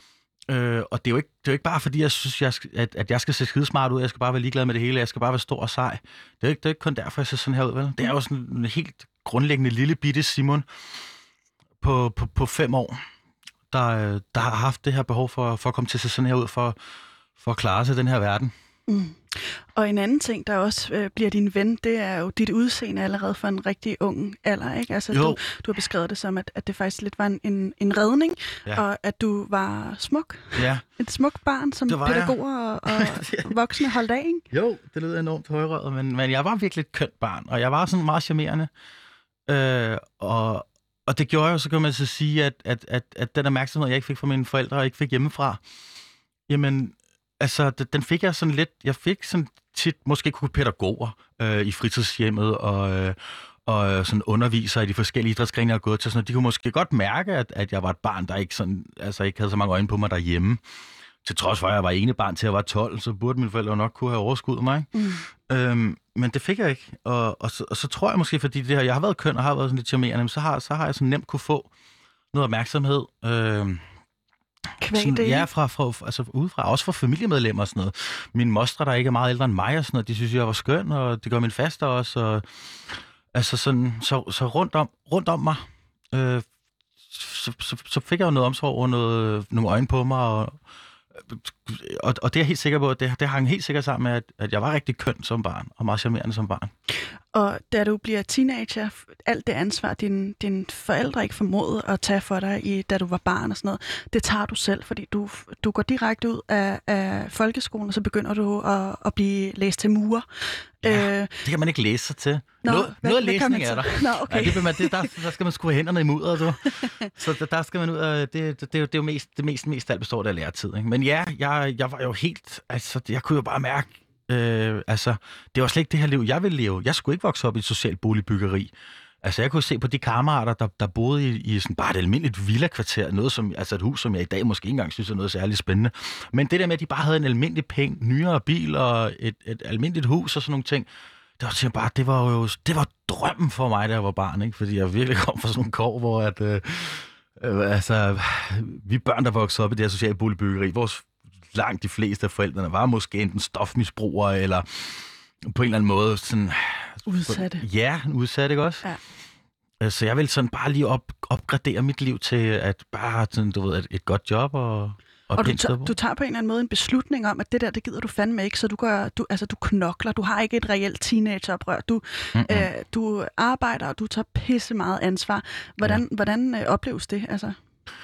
Øh, og det er, jo ikke, det er jo ikke bare, fordi jeg synes, jeg skal, at, at jeg skal se skidesmart ud, jeg skal bare være ligeglad med det hele, jeg skal bare være stor og sej. Det er jo ikke, det er ikke kun derfor, jeg ser sådan her ud, vel? Det er jo sådan en helt grundlæggende lille bitte Simon på, på, på fem år, der, der har haft det her behov for, for at komme til at se sådan her ud, for, for at klare sig i den her verden. Mm. Og en anden ting, der også øh, bliver din ven, det er jo dit udseende allerede for en rigtig ung alder, ikke? Altså, du, du har beskrevet det som, at, at det faktisk lidt var en, en, en redning, ja. Og at du var smuk. Ja. Et smukt barn, som pædagoger og, og voksne holdt af, ikke? Jo, det lyder enormt højrøret, men, men jeg var virkelig et kønt barn, og jeg var sådan meget charmerende. Øh, og, og det gjorde jo, så kan man så sige, at, at, at, at den opmærksomhed, jeg ikke fik fra mine forældre og ikke fik hjemmefra, jamen, altså, den fik jeg sådan lidt, jeg fik sådan tit, måske kunne pædagoger øh, i fritidshjemmet og, øh, og sådan undervisere i de forskellige idrætsgrene, jeg har gået til, sådan, de kunne måske godt mærke, at, at jeg var et barn, der ikke, sådan, altså, ikke havde så mange øjne på mig derhjemme. Til trods for, at jeg var ene barn til at jeg var tolv, så burde mine forældre nok kunne have overskuddet mig. Mm. Øhm, men det fik jeg ikke. Og, og, så, og så tror jeg måske, fordi det her, jeg har været køn og har været sådan lidt charmerende, så har, så har jeg så nemt kunne få noget opmærksomhed. Øh, Sådan, ja, fra, fra, altså udefra, også fra familiemedlemmer og sådan noget. Min mostre, der ikke er meget ældre end mig og sådan noget, de synes, jeg var skøn, og det gør min faster også. Og, altså sådan, så, så rundt, om, rundt om mig, øh, så, så, så fik jeg jo noget omsorg og noget, nogle øjne på mig, og, og, og det er jeg helt sikker på, at det, det hang helt sikkert sammen med, at, at jeg var rigtig køn som barn, og meget charmerende som barn. Og da du bliver teenager, alt det ansvar, din, din forældre ikke formåede at tage for dig, i, da du var barn og sådan noget, det tager du selv, fordi du, du går direkte ud af, af folkeskolen, og så begynder du at, at blive læst til murer. Ja, øh, det kan man ikke læse sig til. Nå, noget hvad, noget hvad læsning er der. Nå, okay. Ja, det, man, det, der, der skal man skue hænderne i mudder, du. Så der, der skal man ud af, det, det, det, det er jo mest, det mest, mest alt består af lærertid. Ikke? Men ja, jeg, jeg var jo helt, altså jeg kunne jo bare mærke, Øh, altså, det var slet ikke det her liv, jeg ville leve. Jeg skulle ikke vokse op i et socialt boligbyggeri. Altså, jeg kunne se på de kammerater, der, der boede i, i sådan bare et almindeligt villa-kvarter, noget som, altså et hus, som jeg i dag måske ikke engang synes er noget særligt spændende. Men det der med, at de bare havde en almindelig penge, nyere bil og et, et almindeligt hus og sådan nogle ting, det var bare, det var jo, det var drømmen for mig, da jeg var barn, ikke? Fordi jeg virkelig kom fra sådan nogle kår, hvor at, øh, øh, altså, vi børn, der voksede op i det her sociale boligbyggeri, vores langt de fleste af forældrene var måske enten stofmisbrugere, eller på en eller anden måde sådan... Udsatte. Ja, udsatte, ikke også? Ja. Så jeg vil sådan bare lige op, opgradere mit liv til at bare sådan, du ved, et, et godt job og... Og, og du, tager, du tager på en eller anden måde en beslutning om, at det der, det gider du fandme ikke, så du, gør, du, altså, du knokler, du har ikke et reelt teenageoprør, du, øh, du arbejder, og du tager pisse meget ansvar. Hvordan, ja. hvordan øh, opleves det, altså?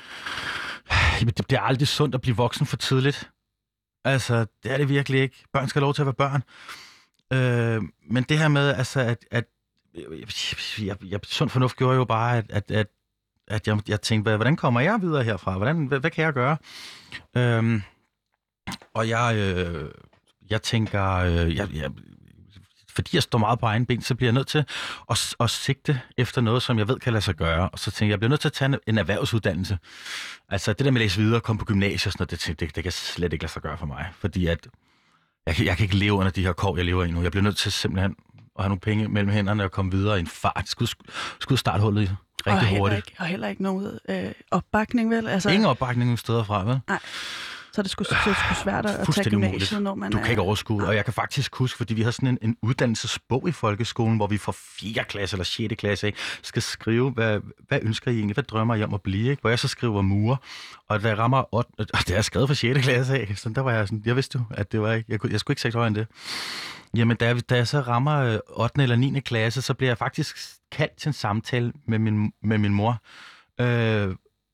Det bliver aldrig sundt at blive voksen for tidligt. Altså, det er det virkelig ikke. Børn skal have lov til at være børn. Øh, men det her med, altså, at, at jeg, jeg, sund fornuft gjorde jo bare, at, at, at, at jeg, jeg tænkte, hvordan kommer jeg videre herfra? Hvordan, hvad, hvad kan jeg gøre? Øh, og jeg, øh, jeg tænker, øh, jeg, jeg, fordi jeg står meget på egen ben, så bliver jeg nødt til at, at sigte efter noget, som jeg ved kan lade sig gøre. Og så tænker jeg, jeg bliver nødt til at tage en, en erhvervsuddannelse. Altså det der med at læse videre, komme på gymnasiet og sådan noget, det, det, det kan slet ikke lade sig gøre for mig. Fordi at jeg, jeg kan ikke leve under de her kår, jeg lever i nu. Jeg bliver nødt til simpelthen at have nogle penge mellem hænderne og komme videre i en fart. Skulle, skulle startholdet i rigtig og hurtigt. Ikke, og heller ikke noget øh, opbakning, vel? Altså... Ingen opbakning nogen steder fra, vel? Nej. Så det skulle, det skulle svært at tage gymnasiet, når man Du kan er... ikke overskue det. Og jeg kan faktisk huske, fordi vi har sådan en, en uddannelsesbog i folkeskolen, hvor vi fra fjerde klasse eller sjette klasse ikke, skal skrive, hvad, hvad ønsker I egentlig? Hvad drømmer I om at blive? Ikke? Hvor jeg så skriver murer. Og da jeg rammer otte, og det er skrevet fra sjette klasse af, så der var jeg sådan, jeg vidste jo, at det var ikke, jeg, jeg skulle ikke sætte højere end det. Jamen, da, da jeg så rammer ottende eller niende klasse, så bliver jeg faktisk kaldt til en samtale med min, med min mor, øh,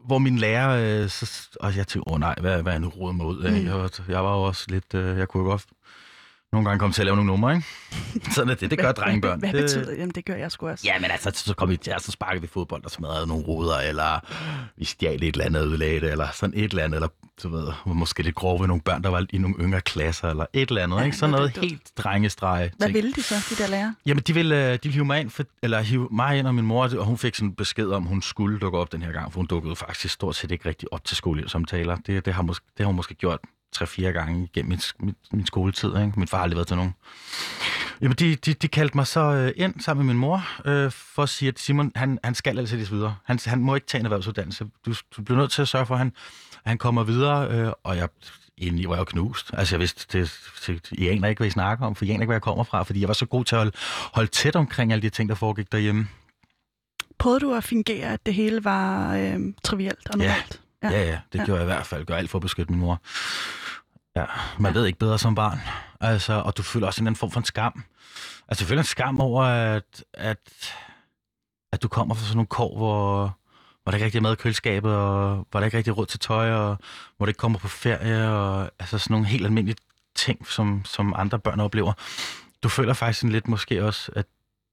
hvor min lærer, øh, så, og jeg tænkte, åh oh, nej, hvad, hvad er nu rodet mig ud af? Mm. Jeg, jeg var jo også lidt, øh, jeg kunne godt nogle gange komme til at lave nogle numre, ikke? Sådan er det, det gør drengebørn. Hvad, hvad betyder det? Jamen, det gør jeg sgu også. Ja, men altså, så kom vi til, så sparkede vi fodbold, og smadrede nogle ruder, eller vi stjal et eller andet udlagde det, eller sådan et eller andet, eller så ved, måske lidt grove ved nogle børn, der var i nogle yngre klasser, eller et eller andet, ja, ikke? Sådan noget helt drengestrege. Hvad ville de så, de der lærer? Jamen, de ville, de ville hive mig ind, for, eller hive mig ind og min mor, og hun fik sådan besked om, hun skulle dukke op den her gang, for hun dukkede faktisk stort set ikke rigtig op til skolesamtaler. Det, det, har, måske, det har hun måske gjort tre-fire gange gennem min, min, min skoletid, ikke? Min far har aldrig været til nogen. Jamen, de, de, de kaldte mig så øh, ind sammen med min mor, øh, for at sige, at Simon, han, han skal altså sættes videre. Han, han må ikke tage en erhvervsuddannelse. Du, du bliver nødt til at sørge for, at han, at han kommer videre, øh, og jeg egentlig var jeg jo knust. Altså, jeg vidste, det, det, I aner ikke, hvad I snakker om, for I aner ikke, hvor jeg kommer fra, fordi jeg var så god til at holde, holde tæt omkring alle de ting, der foregik derhjemme. Prøvede du at fingere, at det hele var øh, trivielt og normalt? Ja, ja, ja, det ja. gjorde jeg i hvert fald. Gør alt for at beskytte min mor. Ja, man ja. ved ikke bedre som barn. Altså, og du føler også en anden form for en skam. Altså, du føler en skam over, at, at, at du kommer fra sådan nogle kår, hvor, hvor der ikke rigtig er mad i køleskabet, og hvor der ikke rigtig er råd til tøj, og hvor det ikke kommer på ferie, og altså sådan nogle helt almindelige ting, som, som andre børn oplever. Du føler faktisk sådan lidt måske også, at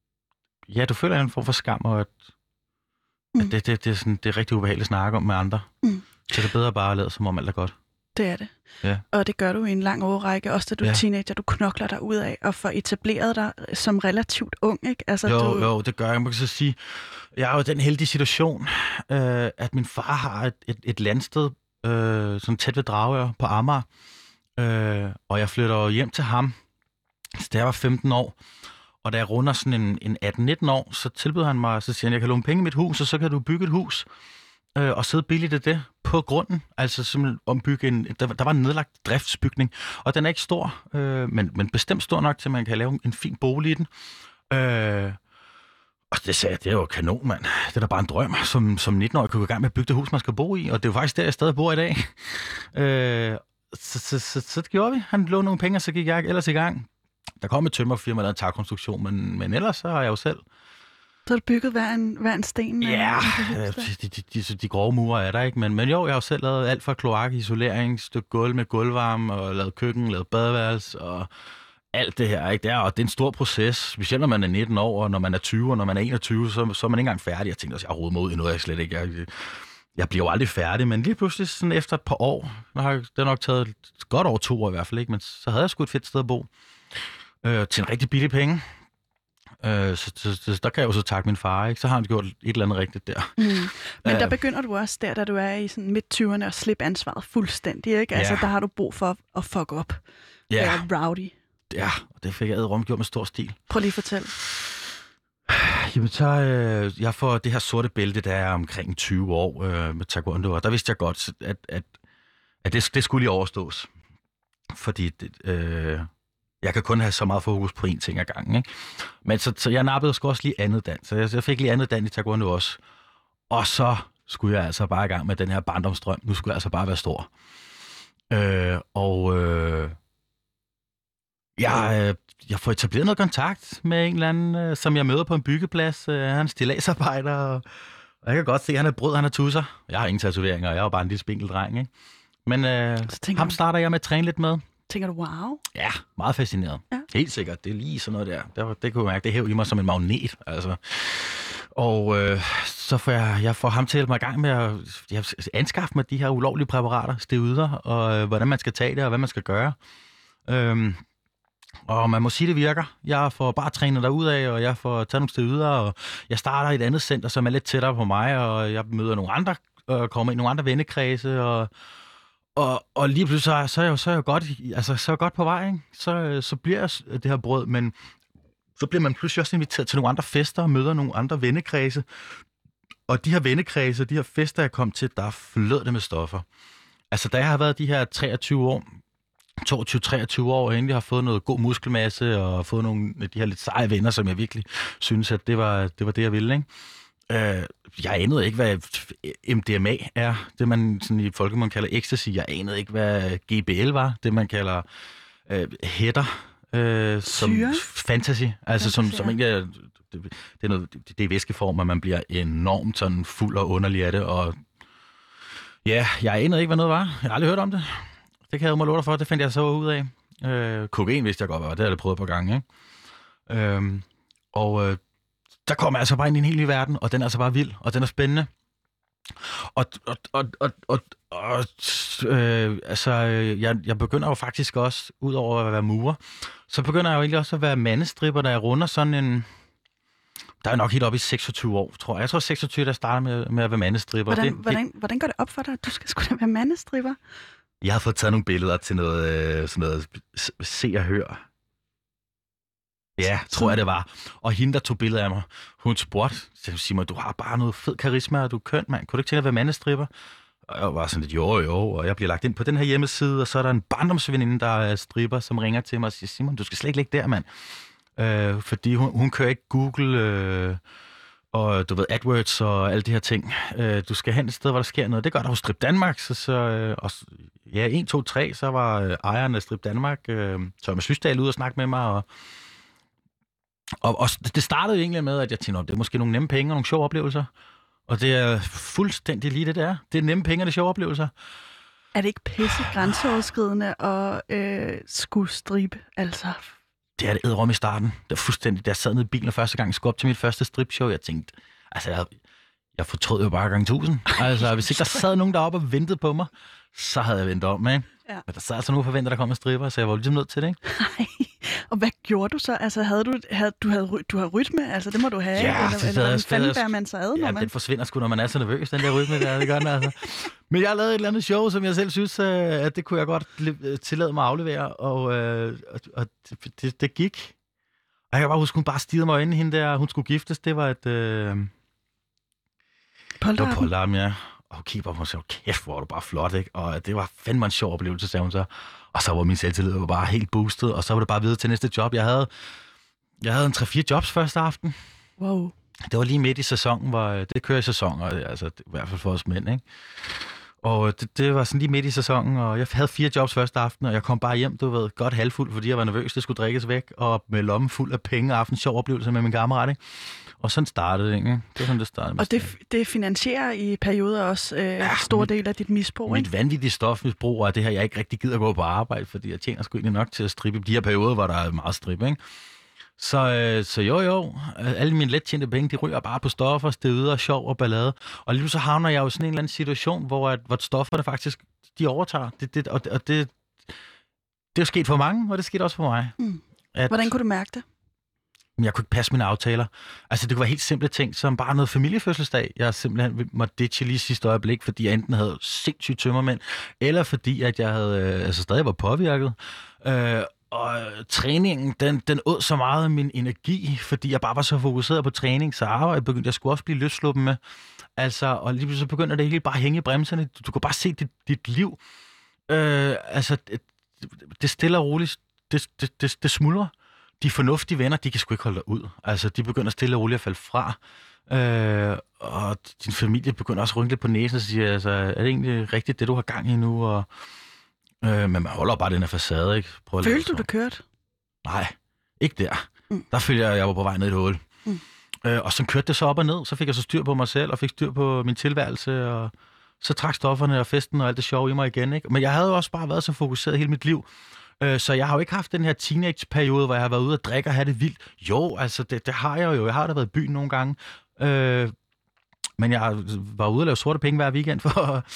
ja, du føler en form for skam, og at, mm. at det, det, det, er sådan, det er rigtig ubehageligt at snakke om med andre. Mm. Så det er bedre bare at lade, som om alt er godt. Det er det. Ja. Og det gør du i en lang årrække, også da du er ja. teenager, du knokler dig ud af og får etableret dig som relativt ung, ikke? Altså, jo, du... jo, det gør jeg. Man kan så sige, jeg er jo i den heldige situation, øh, at min far har et, et, et landsted, øh, sådan tæt ved Dragør på Amager, øh, og jeg flytter hjem til ham, da jeg var femten år. Og da jeg runder sådan en, en atten-nitten år, så tilbyder han mig, så siger han, jeg kan låne penge i mit hus, og så kan du bygge et hus, øh, og sidde billigt af det på grunden. Altså simpelthen ombygge en, der, der var en nedlagt driftsbygning, og den er ikke stor, øh, men, men bestemt stor nok til, at man kan lave en fin bolig i den. Øh, og det sagde jeg, det er jo kanon, mand. Det er da bare en drøm, som, som nitten-årig kunne gå i gang med at bygge det hus, man skal bo i, og det er jo faktisk der, jeg stadig bor i dag. Øh, så, så, så, så det gjorde vi. Han lånede nogle penge, og så gik jeg ellers i gang. Der kom et tømmerfirma, der havde en tagkonstruktion, men, men ellers så har jeg jo selv. Så har du bygget hver en, hver en sten? Ja, de, de, de, de grove mure er der ikke, men, men jo, jeg har jo selv lavet alt fra kloak, isolering, stykke gulv med gulvvarme, og lavet køkken, lavet badeværelse, og alt det her, ikke? Det er, og det er en stor proces, specielt når man er nitten år, og når man er tyve, og når man er enogtyve, så, så er man ikke engang færdig. Jeg tænkte også, jeg har rodet mig ud i noget, jeg slet ikke... Jeg, jeg bliver jo aldrig færdig, men lige pludselig sådan efter et par år, det har nok taget godt over to år i hvert fald, ikke? Men så havde jeg sgu et fedt sted at bo. Øh, til en rigtig billig penge. Øh, så, så, så der kan jeg jo så takke min far, ikke? Så har han gjort et eller andet rigtigt der. Mm. Men der begynder du også der, da du er i sådan midt-tyverne, at slippe ansvaret fuldstændig, ikke? Altså, ja. Der har du brug for at fuck op. Ja. Være rowdy. Ja, og det fik jeg ædrum gjort med stor stil. Prøv lige at fortælle. Jamen, så, øh, jeg får det her sorte bælte, der er omkring tyve år øh, med taekwondo, og der vidste jeg godt, at, at, at det, det skulle lige overstås. Fordi... Det, øh, jeg kan kun have så meget fokus på én ting ad gangen, ikke? Men så, så jeg nappede sgu også lige andet dans. Så jeg, jeg fik lige andet dans i taekwondo også. Og så skulle jeg altså bare i gang med den her barndomsdrøm. Nu skulle jeg altså bare være stor. Øh, og øh, jeg, øh, jeg får etableret noget kontakt med en eller anden, øh, som jeg møder på en byggeplads. Øh, han er stilladsarbejder, og, og jeg kan godt se, at han er brød, han er tusser. Jeg har ingen tatoveringer, jeg er jo bare en lille spinkel dreng, ikke? Men øh, ham starter jeg med at træne lidt med. Tænker du, wow? Ja, meget fascineret. Ja. Helt sikkert. Det er lige sådan noget der. Det, det kunne jeg mærke. Det hæver i mig som en magnet. Altså. Og øh, så får jeg, jeg får ham til at hjælpe mig i gang med at jeg, anskaffe mig de her ulovlige præparater, steroider, og øh, hvordan man skal tage det, og hvad man skal gøre. Øhm, og man må sige, det virker. Jeg får bare trænet derud af, og jeg får taget nogle steroider, og jeg starter i et andet center, som er lidt tættere på mig, og jeg møder nogle andre, og kommer i nogle andre vennekredse, og Og, og lige pludselig, så, så, er jeg jo, så er jeg godt, altså, så er jeg godt på vej, ikke? Så, så bliver jeg det her brød, men så bliver man pludselig også inviteret til nogle andre fester og møder nogle andre vennekredse. Og de her vennekredse, de her fester, jeg kom til, der flød det med stoffer. Altså, da jeg har været de her treogtyve år, toogtyve til treogtyve år, og endelig har fået noget god muskelmasse, og fået nogle af de her lidt seje venner, som jeg virkelig synes, at det var det, var det jeg ville, ikke? Øh, jeg anede ikke, hvad M D M A er, det man sådan i folkemunde kalder ecstasy. Jeg anede ikke, hvad G B L var, det man kalder øh, hætter, øh, som Syre? fantasy. Altså som, som egentlig er, det, det, er noget, det, det er væskeform, at man bliver enormt sådan fuld og underlig af det, og Ja, jeg anede ikke, hvad noget var. Jeg har aldrig hørt om det. Det kan jeg jo mig love dig for. Det fandt jeg så ud af. Øh, kokain vidste jeg godt, hvad det havde jeg prøvet på gange, ikke? Øh, og øh, der kommer jeg altså bare ind i en helt ny verden, og den er altså bare vild, og den er spændende. Og, og, og, og, og, og øh, altså, jeg, jeg begynder jo faktisk også, udover at være murer, så begynder jeg jo egentlig også at være mandestripper, der jeg runder sådan en... Der er nok helt oppe i seksogtyve år, tror jeg. Jeg tror seksogtyve, der starter med, med at være mandestripper. Hvordan, det, hvordan, hvordan går det op for dig, at du skal sgu da være mandestripper? Jeg har fået taget nogle billeder til noget, øh, sådan noget se og hør. Ja, tror jeg det var. Og hende, der tog billeder af mig, hun spurgte, Simon, du har bare noget fed karisma, og du er køn, mand. Kunne du ikke tænke at være mandestripper? Og jeg var sådan lidt, jo, jo, og jeg bliver lagt ind på den her hjemmeside, og så er der en barndomsveninde, der er stripper, som ringer til mig og siger, Simon, du skal slet ikke ligge der, mand. Øh, fordi hun, hun kører ikke Google, øh, og du ved, AdWords og alle de her ting. Øh, du skal hen et sted, hvor der sker noget. Det gør der hos Strip Danmark, så, så øh, og, ja, en, to, tre, så var øh, ejeren af Strip Danmark, øh, Thomas Lysdal, ude og snakke med mig, og Og, og det startede egentlig med, at jeg tænkte, det er måske nogle nemme penge og nogle sjove oplevelser. Og det er fuldstændig lige det, der. Det er nemme penge og det sjove oplevelser. Er det ikke pisse grænseoverskridende at øh, skulle stribe, altså? Det er det edderom i starten. Det er fuldstændig. Da jeg sad nede i bilen og første gang skulle op til mit første stripshow, jeg tænkte, altså jeg, jeg fortrød jo bare gang tusind. Altså hvis ikke der sad nogen deroppe og ventede på mig, så havde jeg ventet om, ikke? Ja. Men der sad altså nogen forventer, der kom en stripper, så jeg var ligesom nødt til det, ikke? Nej. Og hvad gjorde du så? Altså havde du havde du havde du har rytme, altså det må du have, ja, eller, det, eller hvordan fanden bærer man sig ad, ja, når man... den forsvinder sgu, når man er så nervøs, den der rytme der, det gør den altså. Men jeg har lavet et eller andet show, som jeg selv synes, at det kunne jeg godt tillade mig at aflevere, og, og, og det, det, det gik. Og jeg kan bare huske, hun bare stirrede mig ind, hende der, hun skulle giftes, det var et... Øh... Polterappen? Det var Polterappen, ja. Og hun kiggede på mig og sagde, kæft, hvor er du bare flot, ikke? Og det var fandme en sjov oplevelse, sagde hun så. Og så var min selvtillid var bare helt boostet, og så var det bare videre til næste job. Jeg havde, jeg havde en tre fire jobs første aften. Wow. Det var lige midt i sæsonen, hvor det kører i sæsoner, altså i hvert fald for os mænd, ikke? Og det, det var sådan lige midt i sæsonen, og jeg havde fire jobs første aften, og jeg kom bare hjem, du ved, godt halvfuld, fordi jeg var nervøs, det skulle drikkes væk, og med lommen fuld af penge og haft en sjov oplevelse med min kammerat, ikke? Og sådan startede det, ikke? Det var sådan, det startede. Og det, det finansierer i perioder også øh, ja, stor mit, del af dit misbrug, mit ikke? Mit vanvittige stofmisbrug, og det her, jeg ikke rigtig gider at gå på arbejde, fordi jeg tjener sgu egentlig nok til at strippe. De her perioder, hvor der er meget strip, ikke? Så, øh, så jo, jo, alle mine lettjente penge, de ryger bare på stoffer, steder og sjov og ballade. Og lige så havner jeg jo i sådan en eller anden situation, hvor, at, hvor stofferne faktisk, de overtager. Det, det, og og det, det er jo sket for mange, og det skete også for mig. Mm. At, Hvordan kunne du mærke det? Jeg kunne ikke passe mine aftaler. Altså, det kunne være helt simple ting, som bare noget familiefødselsdag. Jeg simpelthen måtte ditche lige sidste øjeblik, fordi jeg enten havde sindssygt tømmermænd, eller fordi at jeg havde, øh, altså stadig var påvirket. Øh, og træningen, den, den åd så meget af min energi, fordi jeg bare var så fokuseret på træning, så arbejde begyndte jeg skulle også blive løsluppen med. Altså, og lige så begynder det hele bare at hænge i bremserne. Du, du kan bare se dit, dit liv. Øh, altså, det, det stille og roligt, det, det, det, det smuldrer. De fornuftige venner, de kan sgu ikke holde dig ud. Altså, de begynder stille og roligt at falde fra. Øh, og din familie begynder også at rynke lidt på næsen og sige, altså, er det egentlig rigtigt, det du har gang i nu? Og, øh, men man holder bare den her facade, ikke? Følte du, det kørte? Nej, ikke der. Mm. Der følte jeg, at jeg var på vej ned i et hul. Mm. Øh, og så kørte det så op og ned. Så fik jeg så styr på mig selv, og fik styr på min tilværelse, og så trak stofferne og festen og alt det sjove i mig igen, ikke? Men jeg havde også bare været så fokuseret hele mit liv. Så jeg har jo ikke haft den her teenage-periode, hvor jeg har været ude og drikke og have det vildt. Jo, altså, det, det har jeg jo. Jeg har da været i byen nogle gange. Øh, men jeg var ude og lave sorte penge hver weekend for,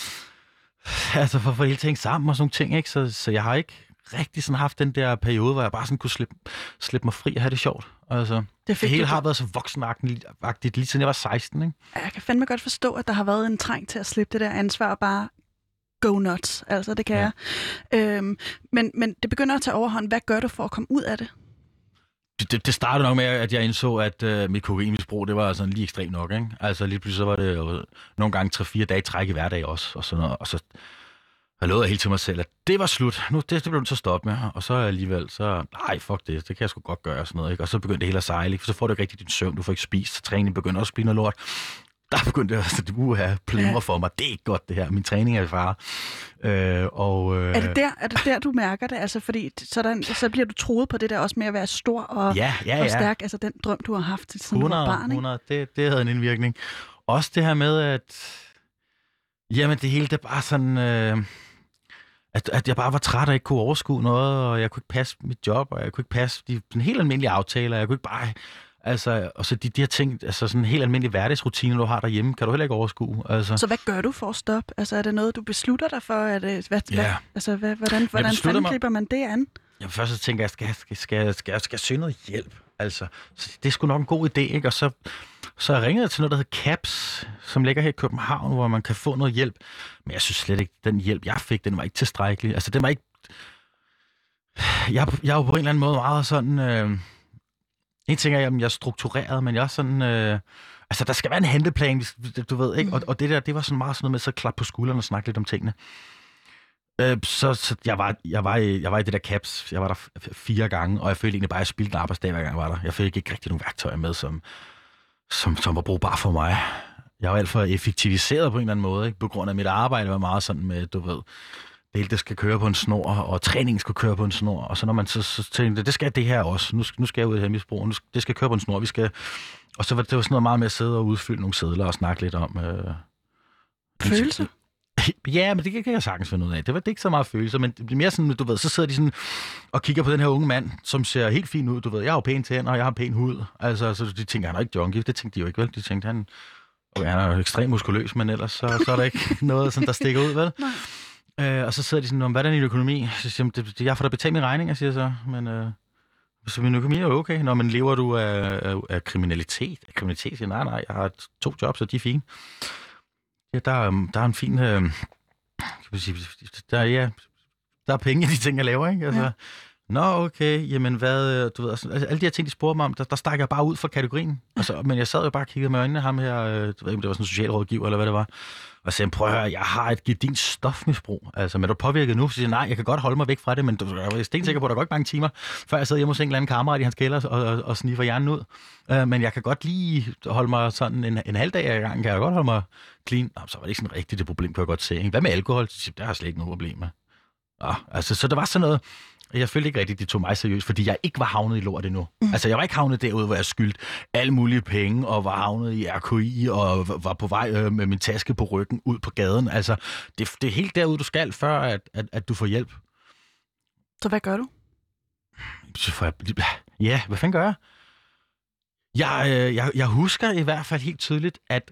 altså for at få hele ting sammen og sådan nogle ting, ikke? Så, så jeg har ikke rigtig sådan haft den der periode, hvor jeg bare sådan kunne slippe, slippe mig fri og have det sjovt. Altså, det, det hele har været så voksenagtigt lige siden jeg var seksten, ikke? Jeg kan fandme godt forstå, at der har været en træng til at slippe det der ansvar og bare go nuts, altså det kan ja. jeg. Øhm, men, men det begynder at tage overhånd. Hvad gør du for at komme ud af det? Det, det, det startede nok med, at jeg indså, at øh, mit kokainmisbrug, det var sådan lige ekstremt nok, ikke? Altså lige pludselig så var det jo nogle gange tre fire dage træk i hverdag også, og sådan noget. Og så jeg lovede helt til mig selv, at det var slut. Nu, det, det blev du så stoppe med. Og så alligevel, så nej, fuck det, det kan jeg sgu godt gøre, sådan noget, ikke? Og så begyndte det hele at sejle, ikke? For så får du ikke rigtig din søvn, du får ikke spist, så træningen begynder også at blive noget lort. Der begyndte jeg altså, du have plimmer ja. for mig. Det er ikke godt, det her. Min træning er i fare. Øh, og, øh... er, det der, er det der, du mærker det? Altså, fordi sådan, så bliver du troet på det der også med at være stor og, ja, ja, ja. og stærk. Altså, den drøm, du har haft siden hundrede, du var barn, ikke? hundrede, det, det havde en indvirkning. Også det her med, at Jamen, det hele, det er bare sådan... Øh, at, at jeg bare var træt og ikke kunne overskue noget, og jeg kunne ikke passe mit job, og jeg kunne ikke passe de sådan helt almindelige aftaler. Jeg kunne ikke bare... Altså, og så de, de her ting, altså sådan helt almindelige hverdagsrutiner, du har derhjemme, kan du heller ikke overskue. Altså. Så hvad gør du for at stoppe? Altså, er det noget, du beslutter dig for? Er det, hvad, Ja. hvad, altså, hvad, hvordan hvordan fanden griber man det an? Jamen, først så tænker jeg, skal jeg skal, skal, skal, skal jeg søge noget hjælp? Altså, så det er sgu nok en god idé, ikke? Og så, så jeg ringede til noget, der hedder C A P S, som ligger her i København, hvor man kan få noget hjælp. Men jeg synes slet ikke, den hjælp, jeg fik, den var ikke tilstrækkelig. Altså, den var ikke... Jeg, jeg er jo på en eller anden måde meget sådan... Øh... En ting er, at jeg er struktureret, men jeg er sådan... Øh... Altså, der skal være en handleplan, du ved, ikke? Mm. Og, og det der, det var sådan meget sådan noget med så klap på skulderen og snakke lidt om tingene. Øh, så så jeg, var, jeg, var i, jeg var i det der C A P S, jeg var der f- fire gange, og jeg følte egentlig bare, at jeg spildte en arbejdsdag, hver gang jeg var der. Jeg følte ikke rigtig nogle værktøjer med, som, som, som var brugbare for mig. Jeg var alt for effektiviseret på en eller anden måde, ikke? På grund af mit arbejde var meget sådan med, du ved, det hele det skal køre på en snor, og træningen skal køre på en snor, og så når man så, så tænkte, det skal det her også, nu, nu skal jeg ud af misbrug, det skal køre på en snor, vi skal... Og så var det var sådan noget meget med at sidde og udfylde nogle sedler og snakke lidt om... Øh, Følelser? Ja, men det kan jeg sagtens finde ud af. Det var det ikke så meget følelser, men det bliver mere sådan, du ved, så sidder de sådan og kigger på den her unge mand, som ser helt fin ud, du ved. Jeg har jo pæne tænder, og jeg har pæn hud. Altså, så de tænker, han er ikke junkie. Det tænkte de jo ikke, vel? De tænkte, han, okay, han er jo ekstremt muskuløs, men ellers så, så er der ikke noget, sådan, der stikker ud, vel? Øh, og så sidder de sådan, hvad er din økonomi? Så siger de, det, jeg får da betalt mine regninger, siger så, men... Øh, så min økonomi er jo okay, når man lever du af, af, af kriminalitet. Af kriminalitet, siger, nej, nej, jeg har to jobs, og de er fine. Ja, der, der er en fin... Øh, kan man sige, der, ja, der er penge i de ting, jeg laver, ikke? Altså, ja. Nå, okay, jamen hvad... Du ved, altså, alle de her ting, de spurgte mig om, der, der stak jeg bare ud fra kategorien. Altså, men jeg sad jo bare og kiggede med øjnene ham her, øh, du ved ikke, om det var sådan en socialrådgiver, eller hvad det var. Og sagde, prøv at høre, jeg har et gedint stofmisbrug. Altså, men er du påvirket nu? Så siger nej, jeg kan godt holde mig væk fra det, men du er stensikker på, at der går ikke mange timer, før jeg sidder hjemme hos en eller anden kammerat i hans kælder og, og, og sniffer hjernen ud. Uh, men jeg kan godt lige holde mig sådan en, en halv dag ad gangen, kan jeg godt holde mig clean. Nå, så var det ikke sådan rigtigt det problem, kan jeg godt se. Ikke? Hvad med alkohol? Så siger, der har slet ikke nogen problemer. Ja, altså, så der var sådan noget... Jeg følte ikke rigtigt, de tog mig seriøst, fordi jeg ikke var havnet i lort endnu. Mm. Altså, jeg var ikke havnet derude, hvor jeg skyldte alle mulige penge, og var havnet i R K I, og var på vej øh, med min taske på ryggen ud på gaden. Altså, det, det er helt derude, du skal, før at, at, at du får hjælp. Så hvad gør du? Så får jeg... Ja, hvad fanden gør jeg? Jeg, øh, jeg? Jeg husker i hvert fald helt tydeligt, at,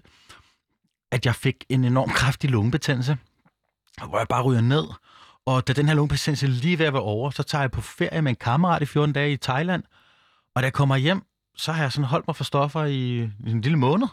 at jeg fik en enorm kraftig lungebetændelse, hvor jeg bare ryger ned. Og da den her lungebetændelse lige ved at være over, så tager jeg på ferie med en kammerat i fjorten dage i Thailand. Og da jeg kommer hjem, så har jeg sådan holdt mig for stoffer i, i en lille måned.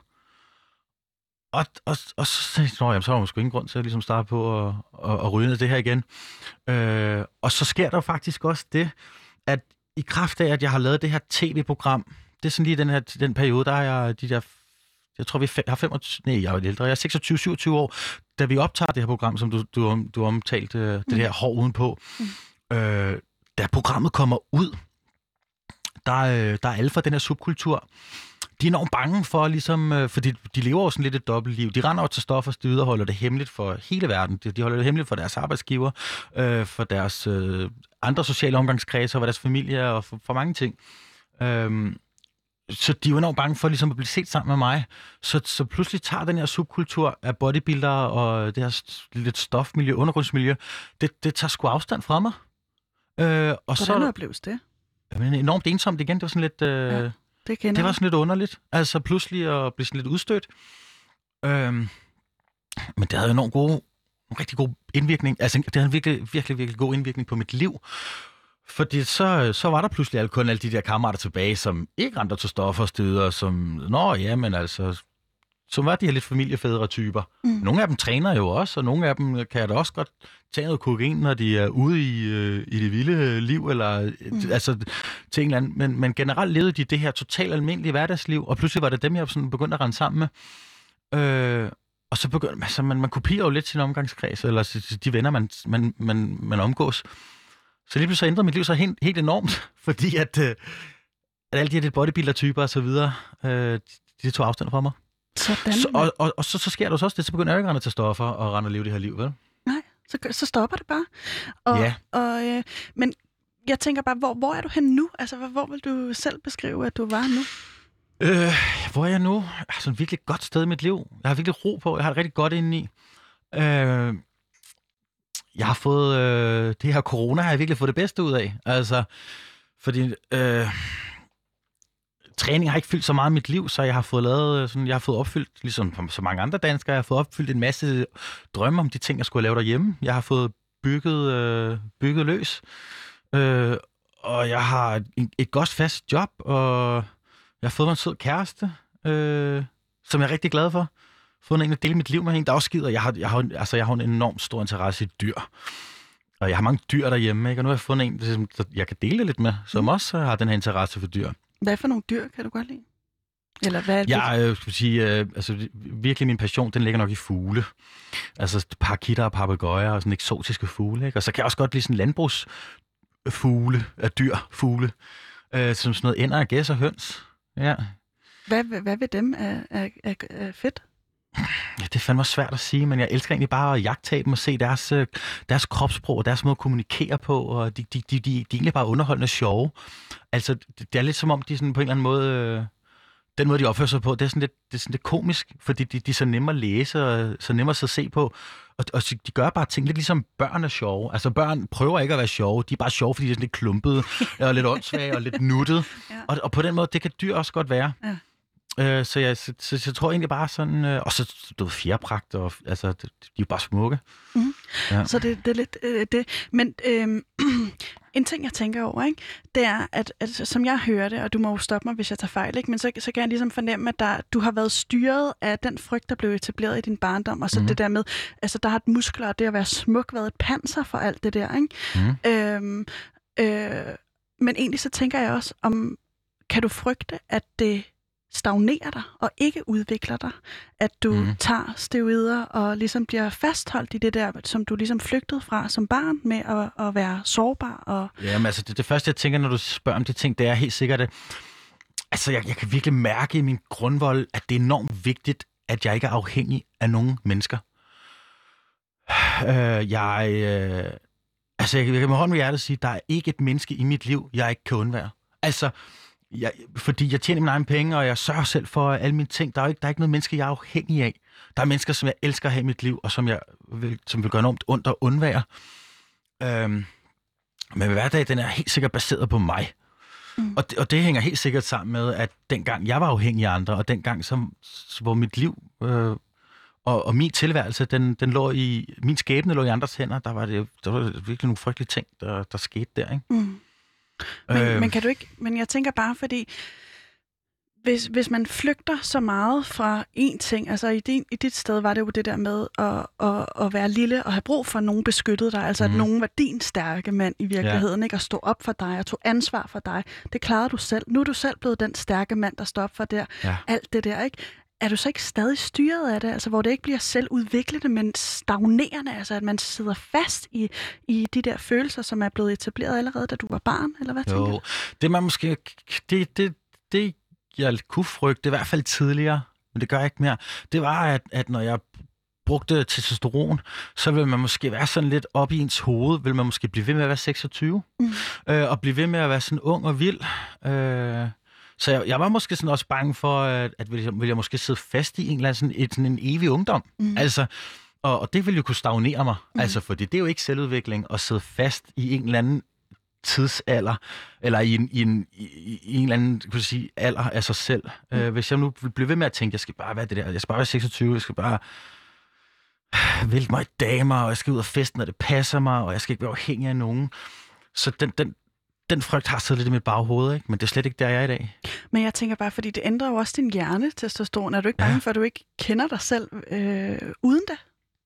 Og, og, og så tænkte jeg, så var der måske ingen grund til at ligesom starte på at, at, at ryge ned det her igen. Øh, og så sker der faktisk også det, at i kraft af, at jeg har lavet det her tv-program, det er sådan lige den her den periode, der har jeg de der... Jeg tror, vi har femogtyve... Nej, jeg er ældre. Jeg er seksogtyve syvogtyve år, da vi optager det her program, som du, du, du omtalte, mm. det der hår udenpå. Mm. Øh, da programmet kommer ud, der, der er alle fra den her subkultur. De er enormt bange for, ligesom... Fordi de lever jo sådan lidt et dobbeltliv. De render over til stoffer, de og holder det hemmeligt for hele verden. De, de holder det hemmeligt for deres arbejdsgiver, øh, for deres øh, andre sociale omgangskredser, for deres familie og for, for mange ting. Øh, Så de er jo enormt bange for ligesom at blive set sammen med mig. Så, så pludselig tager den her subkultur af bodybuildere og det her lidt stofmiljø, undergrundsmiljø, det, det tager sgu afstand fra mig. Øh, og Hvordan så, opleves det? Jamen, enormt ensomt igen. Det var sådan lidt, øh, ja, det, det var sådan lidt underligt. Altså pludselig at blive sådan lidt udstødt. Øh, men det havde enormt gode, en rigtig god indvirkning. Altså det havde en virkelig, virkelig, virkelig god indvirkning på mit liv. Fordi så, så var der pludselig kun alle de der kammerater tilbage, som ikke rendte til stoffer og steder, som, nå ja, men altså, som var de her lidt familiefædre typer. Mm. Nogle af dem træner jo også, og nogle af dem kan da også godt tage noget kokain, når de er ude i, øh, i det vilde liv, eller mm. altså til en eller anden. Men, men generelt levede de det her totalt almindelige hverdagsliv, og pludselig var det dem, jeg sådan begyndte at rende sammen med. Øh, og så begyndte altså, man, man kopierer jo lidt sin omgangskreds, eller de venner, man, man, man, man omgås. Så lige pludselig ændrede mit liv så helt, helt enormt, fordi at, øh, at alle de her lidt bodybuilder-typer og så videre, øh, de, de tog afstand fra mig. Sådan. Så, og og, og så, så sker der også det, så begynder jeg ikke at rende til stoffer og rende og leve det her liv, vel? Nej, så, så stopper det bare. Og, ja. Og, øh, men jeg tænker bare, hvor, hvor er du hen nu? Altså, hvor, hvor vil du selv beskrive, at du var nu? Øh, hvor er jeg nu? Altså, et virkelig godt sted i mit liv. Jeg har virkelig ro på, jeg har det rigtig godt indeni. Øh, jeg har fået... Øh, det her corona har jeg virkelig fået det bedste ud af. Altså, fordi... Øh, træning har ikke fyldt så meget i mit liv, så jeg har fået lavet sådan, jeg har fået opfyldt, ligesom så mange andre danskere, jeg har fået opfyldt en masse drømme om de ting, jeg skulle lave derhjemme. Jeg har fået bygget, øh, bygget løs, øh, og jeg har et, et godt fast job, og jeg har fået mig en sød kæreste, øh, som jeg er rigtig glad for. Fået en at dele mit liv med hende, der er også skidt, og jeg har, jeg har, altså, jeg har en enormt stor interesse i dyr. Og jeg har mange dyr derhjemme, ikke? Og nu har jeg fundet en, som jeg kan dele lidt med, som mm. også har den her interesse for dyr. Hvad for nogle dyr kan du godt lide? Eller hvad er det? Jeg øh, skal sige, øh, altså virkelig min passion, den ligger nok i fugle. Altså parakitter og papegøjer og sådan eksotiske fugle, ikke? Og så kan jeg også godt lide sådan landbrugsfugle, af dyr, fugle, øh, som sådan noget ænder og gæs og høns. Ja. Hvad, hvad ved dem er, er, er, er fedt? Ja, det er fandme svært at sige, men jeg elsker egentlig bare at jagttage dem og se deres, deres kropssprog og deres måde at kommunikere på, og de, de, de, de, de er egentlig bare underholdende sjove. Altså, det, det er lidt som om, de sådan på en eller anden måde, øh, den måde, de opfører sig på, det er sådan lidt, det er sådan lidt komisk, fordi de, de er så nemme at læse og så nemme at se på, og, og de gør bare ting lidt ligesom børn er sjove. Altså, børn prøver ikke at være sjove, de er bare sjove, fordi de er sådan lidt klumpede og lidt åndssvage og lidt nuttede, ja. og, og på den måde, det kan dyr også godt være. Ja. Øh, så, jeg, så, så jeg tror egentlig bare sådan... Øh, og så du ved, fjerpragt, og altså, de, de er jo bare smukke. Mm. Ja. Så det, det er lidt øh, det. Men øh, en ting, jeg tænker over, ikke, det er, at, at som jeg hører det, og du må jo stoppe mig, hvis jeg tager fejl, ikke, men så, så kan jeg ligesom fornemme, at der, du har været styret af den frygt, der blev etableret i din barndom, og så mm. det der med, altså der har et muskler, og det at være smuk været et panser for alt det der, ikke? Mm. Øh, øh, men egentlig så tænker jeg også, om kan du frygte, at det stagnerer dig og ikke udvikler dig, at du mm. tager steroider og ligesom bliver fastholdt i det der, som du ligesom flygtede fra som barn med at, at være sårbar. Og... Jamen altså, det, det første jeg tænker, når du spørger om de ting, det er helt sikkert, at altså, jeg, jeg kan virkelig mærke i min grundvold, at det er enormt vigtigt, at jeg ikke er afhængig af nogen mennesker. Øh, jeg, øh, altså, jeg, jeg kan med hånden med hjertet sige, at der er ikke et menneske i mit liv, jeg ikke kan undvære. Altså, Jeg, fordi jeg tjener mine egne penge, og jeg sørger selv for alle mine ting. Der er, ikke, der er ikke noget menneske, jeg er afhængig af. Der er mennesker, som jeg elsker at have i mit liv, og som jeg vil, som vil gøre enormt ondt og undvære. Øhm, men hverdag, den er helt sikkert baseret på mig. Mm. Og, det, og det hænger helt sikkert sammen med, at dengang jeg var afhængig af andre, og dengang, som, hvor mit liv øh, og, og min tilværelse, den, den lå i, min skæbne lå i andres hænder, der var det der var virkelig nogle frygtelige ting, der, der skete der, ikke? Mm. Men, øh. men kan du ikke, men jeg tænker bare, fordi hvis, hvis man flygter så meget fra én ting, altså i, din, i dit sted var det jo det der med at, at, at være lille og have brug for, at nogen beskyttede dig, altså mm. at nogen var din stærke mand i virkeligheden, ja. Ikke? At stå op for dig og tog ansvar for dig. Det klarede du selv. Nu er du selv blevet den stærke mand, der står op for der. Ja. Alt det der, ikke? Er du så ikke stadig styret af det, altså hvor det ikke bliver selvudviklende, men stagnerende, altså at man sidder fast i, i de der følelser, som er blevet etableret allerede, da du var barn, eller hvad jo, tænker du? Det man måske, det, det, det jeg kunne frygte, i hvert fald tidligere, men det gør jeg ikke mere, det var, at, at når jeg brugte testosteron, så vil man måske være sådan lidt op i ens hoved, vil man måske blive ved med at være seksogtyve, mm. øh, og blive ved med at være sådan ung og vild, øh, så jeg, jeg var måske sådan også bange for, at, at vil, jeg, vil jeg måske sidde fast i en eller anden sådan, et, sådan en evig ungdom. Mm. Altså, og, og det ville jo kunne stagnere mig. Mm. Altså, fordi det er jo ikke selvudvikling at sidde fast i en eller anden tidsalder, eller i en, i en, i, i en eller anden kunne sige, alder af sig selv. Mm. Uh, hvis jeg nu bliver ved med at tænke, jeg skal bare være det der, jeg skal bare være seksogtyve, jeg skal bare vælte mig i damer, og jeg skal ud og feste, når det passer mig, og jeg skal ikke være afhængig af nogen. Så den, den Den frygt har siddet lidt i mit baghoved, ikke? Men det er slet ikke der, jeg er i dag. Men jeg tænker bare, fordi det ændrer jo også din hjerne, testosteron. Er du ikke bange ja. for, at du ikke kender dig selv øh, uden det?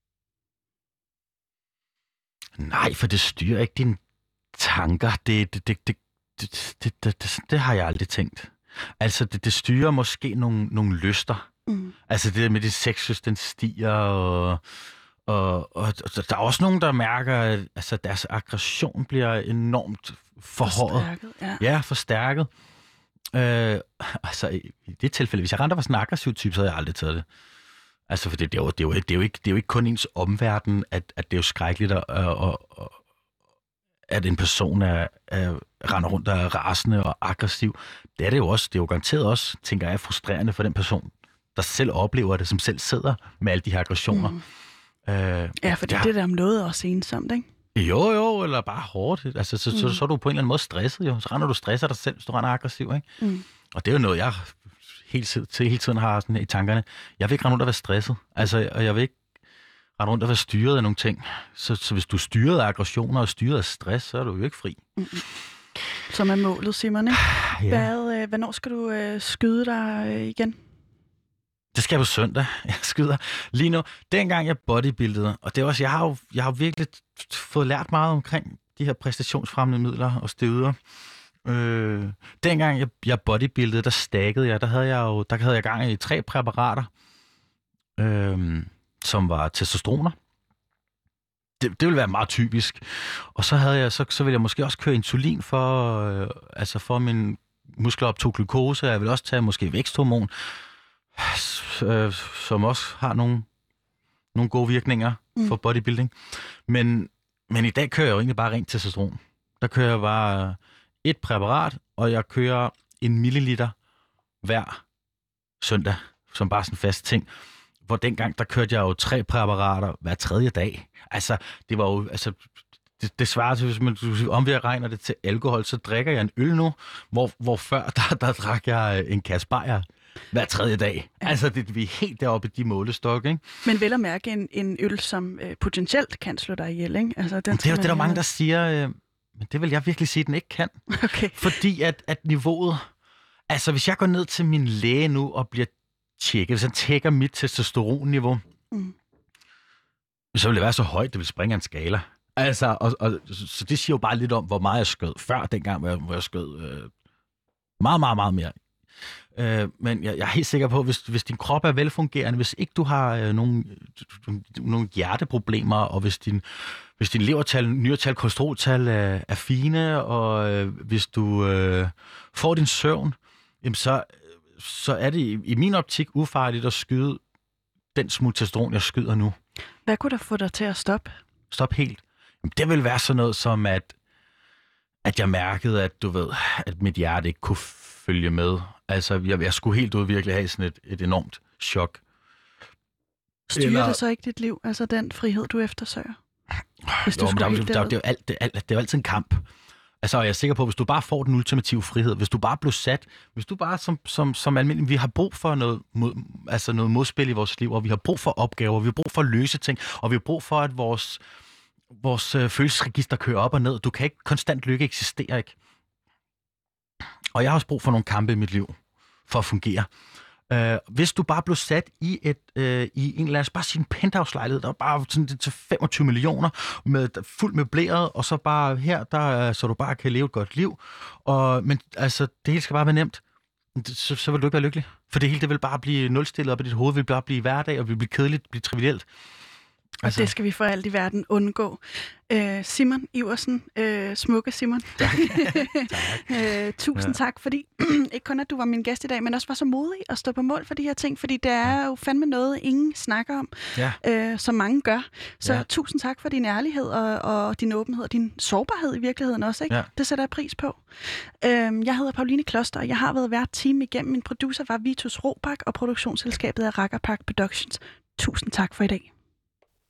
Nej, for det styrer ikke dine tanker. Det, det, det, det, det, det, det, det, det har jeg aldrig tænkt. Altså, det, det styrer måske nogle, nogle lyster. Mm. Altså, det der med det sexlyst, den stiger, og... Og, og, og der er også nogen, der mærker, at altså, deres aggression bliver enormt forhøjet. Forstærket, ja. Ja, forstærket. Øh, altså, i, i det tilfælde, hvis jeg rent var sådan en aggressiv type, så havde jeg aldrig taget det. Altså, for det, det, er jo, det, er jo, det, er jo ikke, det er jo ikke kun ens omverden, at, at det er jo skrækkeligt, at, at, at en person er, er, render rundt og er rasende og aggressiv. Det er det jo også. Det er jo garanteret også, tænker jeg, frustrerende for den person, der selv oplever det, som selv sidder med alle de her aggressioner. Mm. Øh, ja, for det er det der om noget også ensomt, ikke? Jo, jo, eller bare hårdt. Altså, så, mm. så, så er du på en eller anden måde stresset, jo. Så render du stresser dig selv, hvis du render aggressiv, ikke? Mm. Og det er jo noget, jeg hele tiden, til, hele tiden har sådan i tankerne. Jeg vil ikke rende rundt og være stresset. Altså, og jeg vil ikke rende rundt og være styret af nogle ting. Så, så hvis du er styret af aggressioner og styret af stress, så er du jo ikke fri. Mm-hmm. Som er målet, Simon, ikke? Ja. Hvad, øh, hvornår skal du øh, skyde dig øh, igen? Det skal jeg på søndag. Jeg skyder lige nu. Dengang jeg bodybuildede, og det er også, jeg har jo, jeg har virkelig fået lært meget omkring de her præstationsfremmende midler og støder. Øh, dengang jeg, jeg bodybuildede, der stakkede jeg, der havde jeg jo, der havde jeg gang i tre præparater, øh, som var testosteroner. Det, det ville være meget typisk. Og så havde jeg, så, så ville jeg måske også køre insulin for, øh, altså for min muskler optog glukose. Jeg vil også tage måske væksthormon, øh, som også har nogle, nogle gode virkninger mm. for bodybuilding. Men, men i dag kører jeg jo egentlig bare rent testosteron. Der kører jeg bare et præparat, og jeg kører en milliliter hver søndag, som bare sådan en fast ting. Hvor dengang, der kørte jeg jo tre præparater hver tredje dag. Altså, det var jo, altså, det, det svarer til, hvis man om vi regner det til alkohol, så drikker jeg en øl nu, hvor, hvor før, der, der drak jeg en kasse bajer hver tredje dag. Ja. Altså, det, vi er helt deroppe i de målestok, ikke? Men vel at mærke en, en øl, som øh, potentielt kan slå dig ihjel, ikke? Altså, den det er jo det, der er mange, der siger, øh, men det vil jeg virkelig sige, at den ikke kan. Okay. Fordi at, at niveauet, altså hvis jeg går ned til min læge nu og bliver tjekke, hvis han tjekker mit testosteronniveau, mm. så vil det være så højt, det vil springe en skala. Altså, og, og, så det siger jo bare lidt om, hvor meget jeg skød før dengang, hvor jeg, hvor jeg skød øh, meget, meget, meget mere. Øh, men jeg, jeg er helt sikker på, hvis, hvis din krop er velfungerende, hvis ikke du har øh, nogle, nogle hjerteproblemer, og hvis din, hvis din levertal, nyretal, kolesteroltal er, er fine, og øh, hvis du øh, får din søvn, jamen så så er det i, i min optik ufarligt at skyde den smule testosteron, jeg skyder nu. Hvad kunne der få dig til at stoppe? Stop helt. Jamen, det vil være sådan noget som, at, at jeg mærkede, at du ved, at mit hjerte ikke kunne følge med. Altså, jeg, jeg skulle helt ud virkelig have sådan et, et enormt chok. Styrer Eller... det så ikke dit liv? Altså den frihed, du eftersøger? Hvis du jo, men der, der, der, det, er jo alt, det, er, det er jo altid en kamp. Altså, jeg er sikker på, hvis du bare får den ultimative frihed, hvis du bare bliver sat, hvis du bare som, som, som almindelig, vi har brug for noget, mod, altså noget modspil i vores liv, og vi har brug for opgaver, vi har brug for at løse ting, og vi har brug for, at vores, vores øh, følelsesregister kører op og ned. Du kan ikke konstant lykke eksistere, ikke? Og jeg har også brug for nogle kampe i mit liv, for at fungere. Uh, hvis du bare blev sat i et uh, i en lad os bare sige en penthouse-lejlighed, der er bare sådan til femogtyve millioner, med fuldt møbleret, og så bare her, der så du bare kan leve et godt liv. Og, men altså, det hele skal bare være nemt. Så, så vil du ikke være lykkelig. For det hele, det vil bare blive nulstillet op i dit hoved, vil bare blive hverdag, og vil blive kedeligt, blive trivielt. Altså. Og det skal vi for alt i verden undgå. Øh, Simon Iversen, øh, smukke Simon. Tak. øh, tusind ja. tak, fordi ikke kun at du var min gæst i dag, men også var så modig at stå på mål for de her ting, fordi det er jo fandme noget, ingen snakker om, ja. øh, som mange gør. Så ja. tusind tak for din ærlighed og, og din åbenhed og din sårbarhed i virkeligheden også. Ikke? Ja. Det sætter jeg pris på. Øh, jeg hedder Pauline Kloster, og jeg har været hvert time igennem. Min producer var Vitus Robak, og produktionsselskabet er Rakkerpark Productions. Tusind tak for i dag.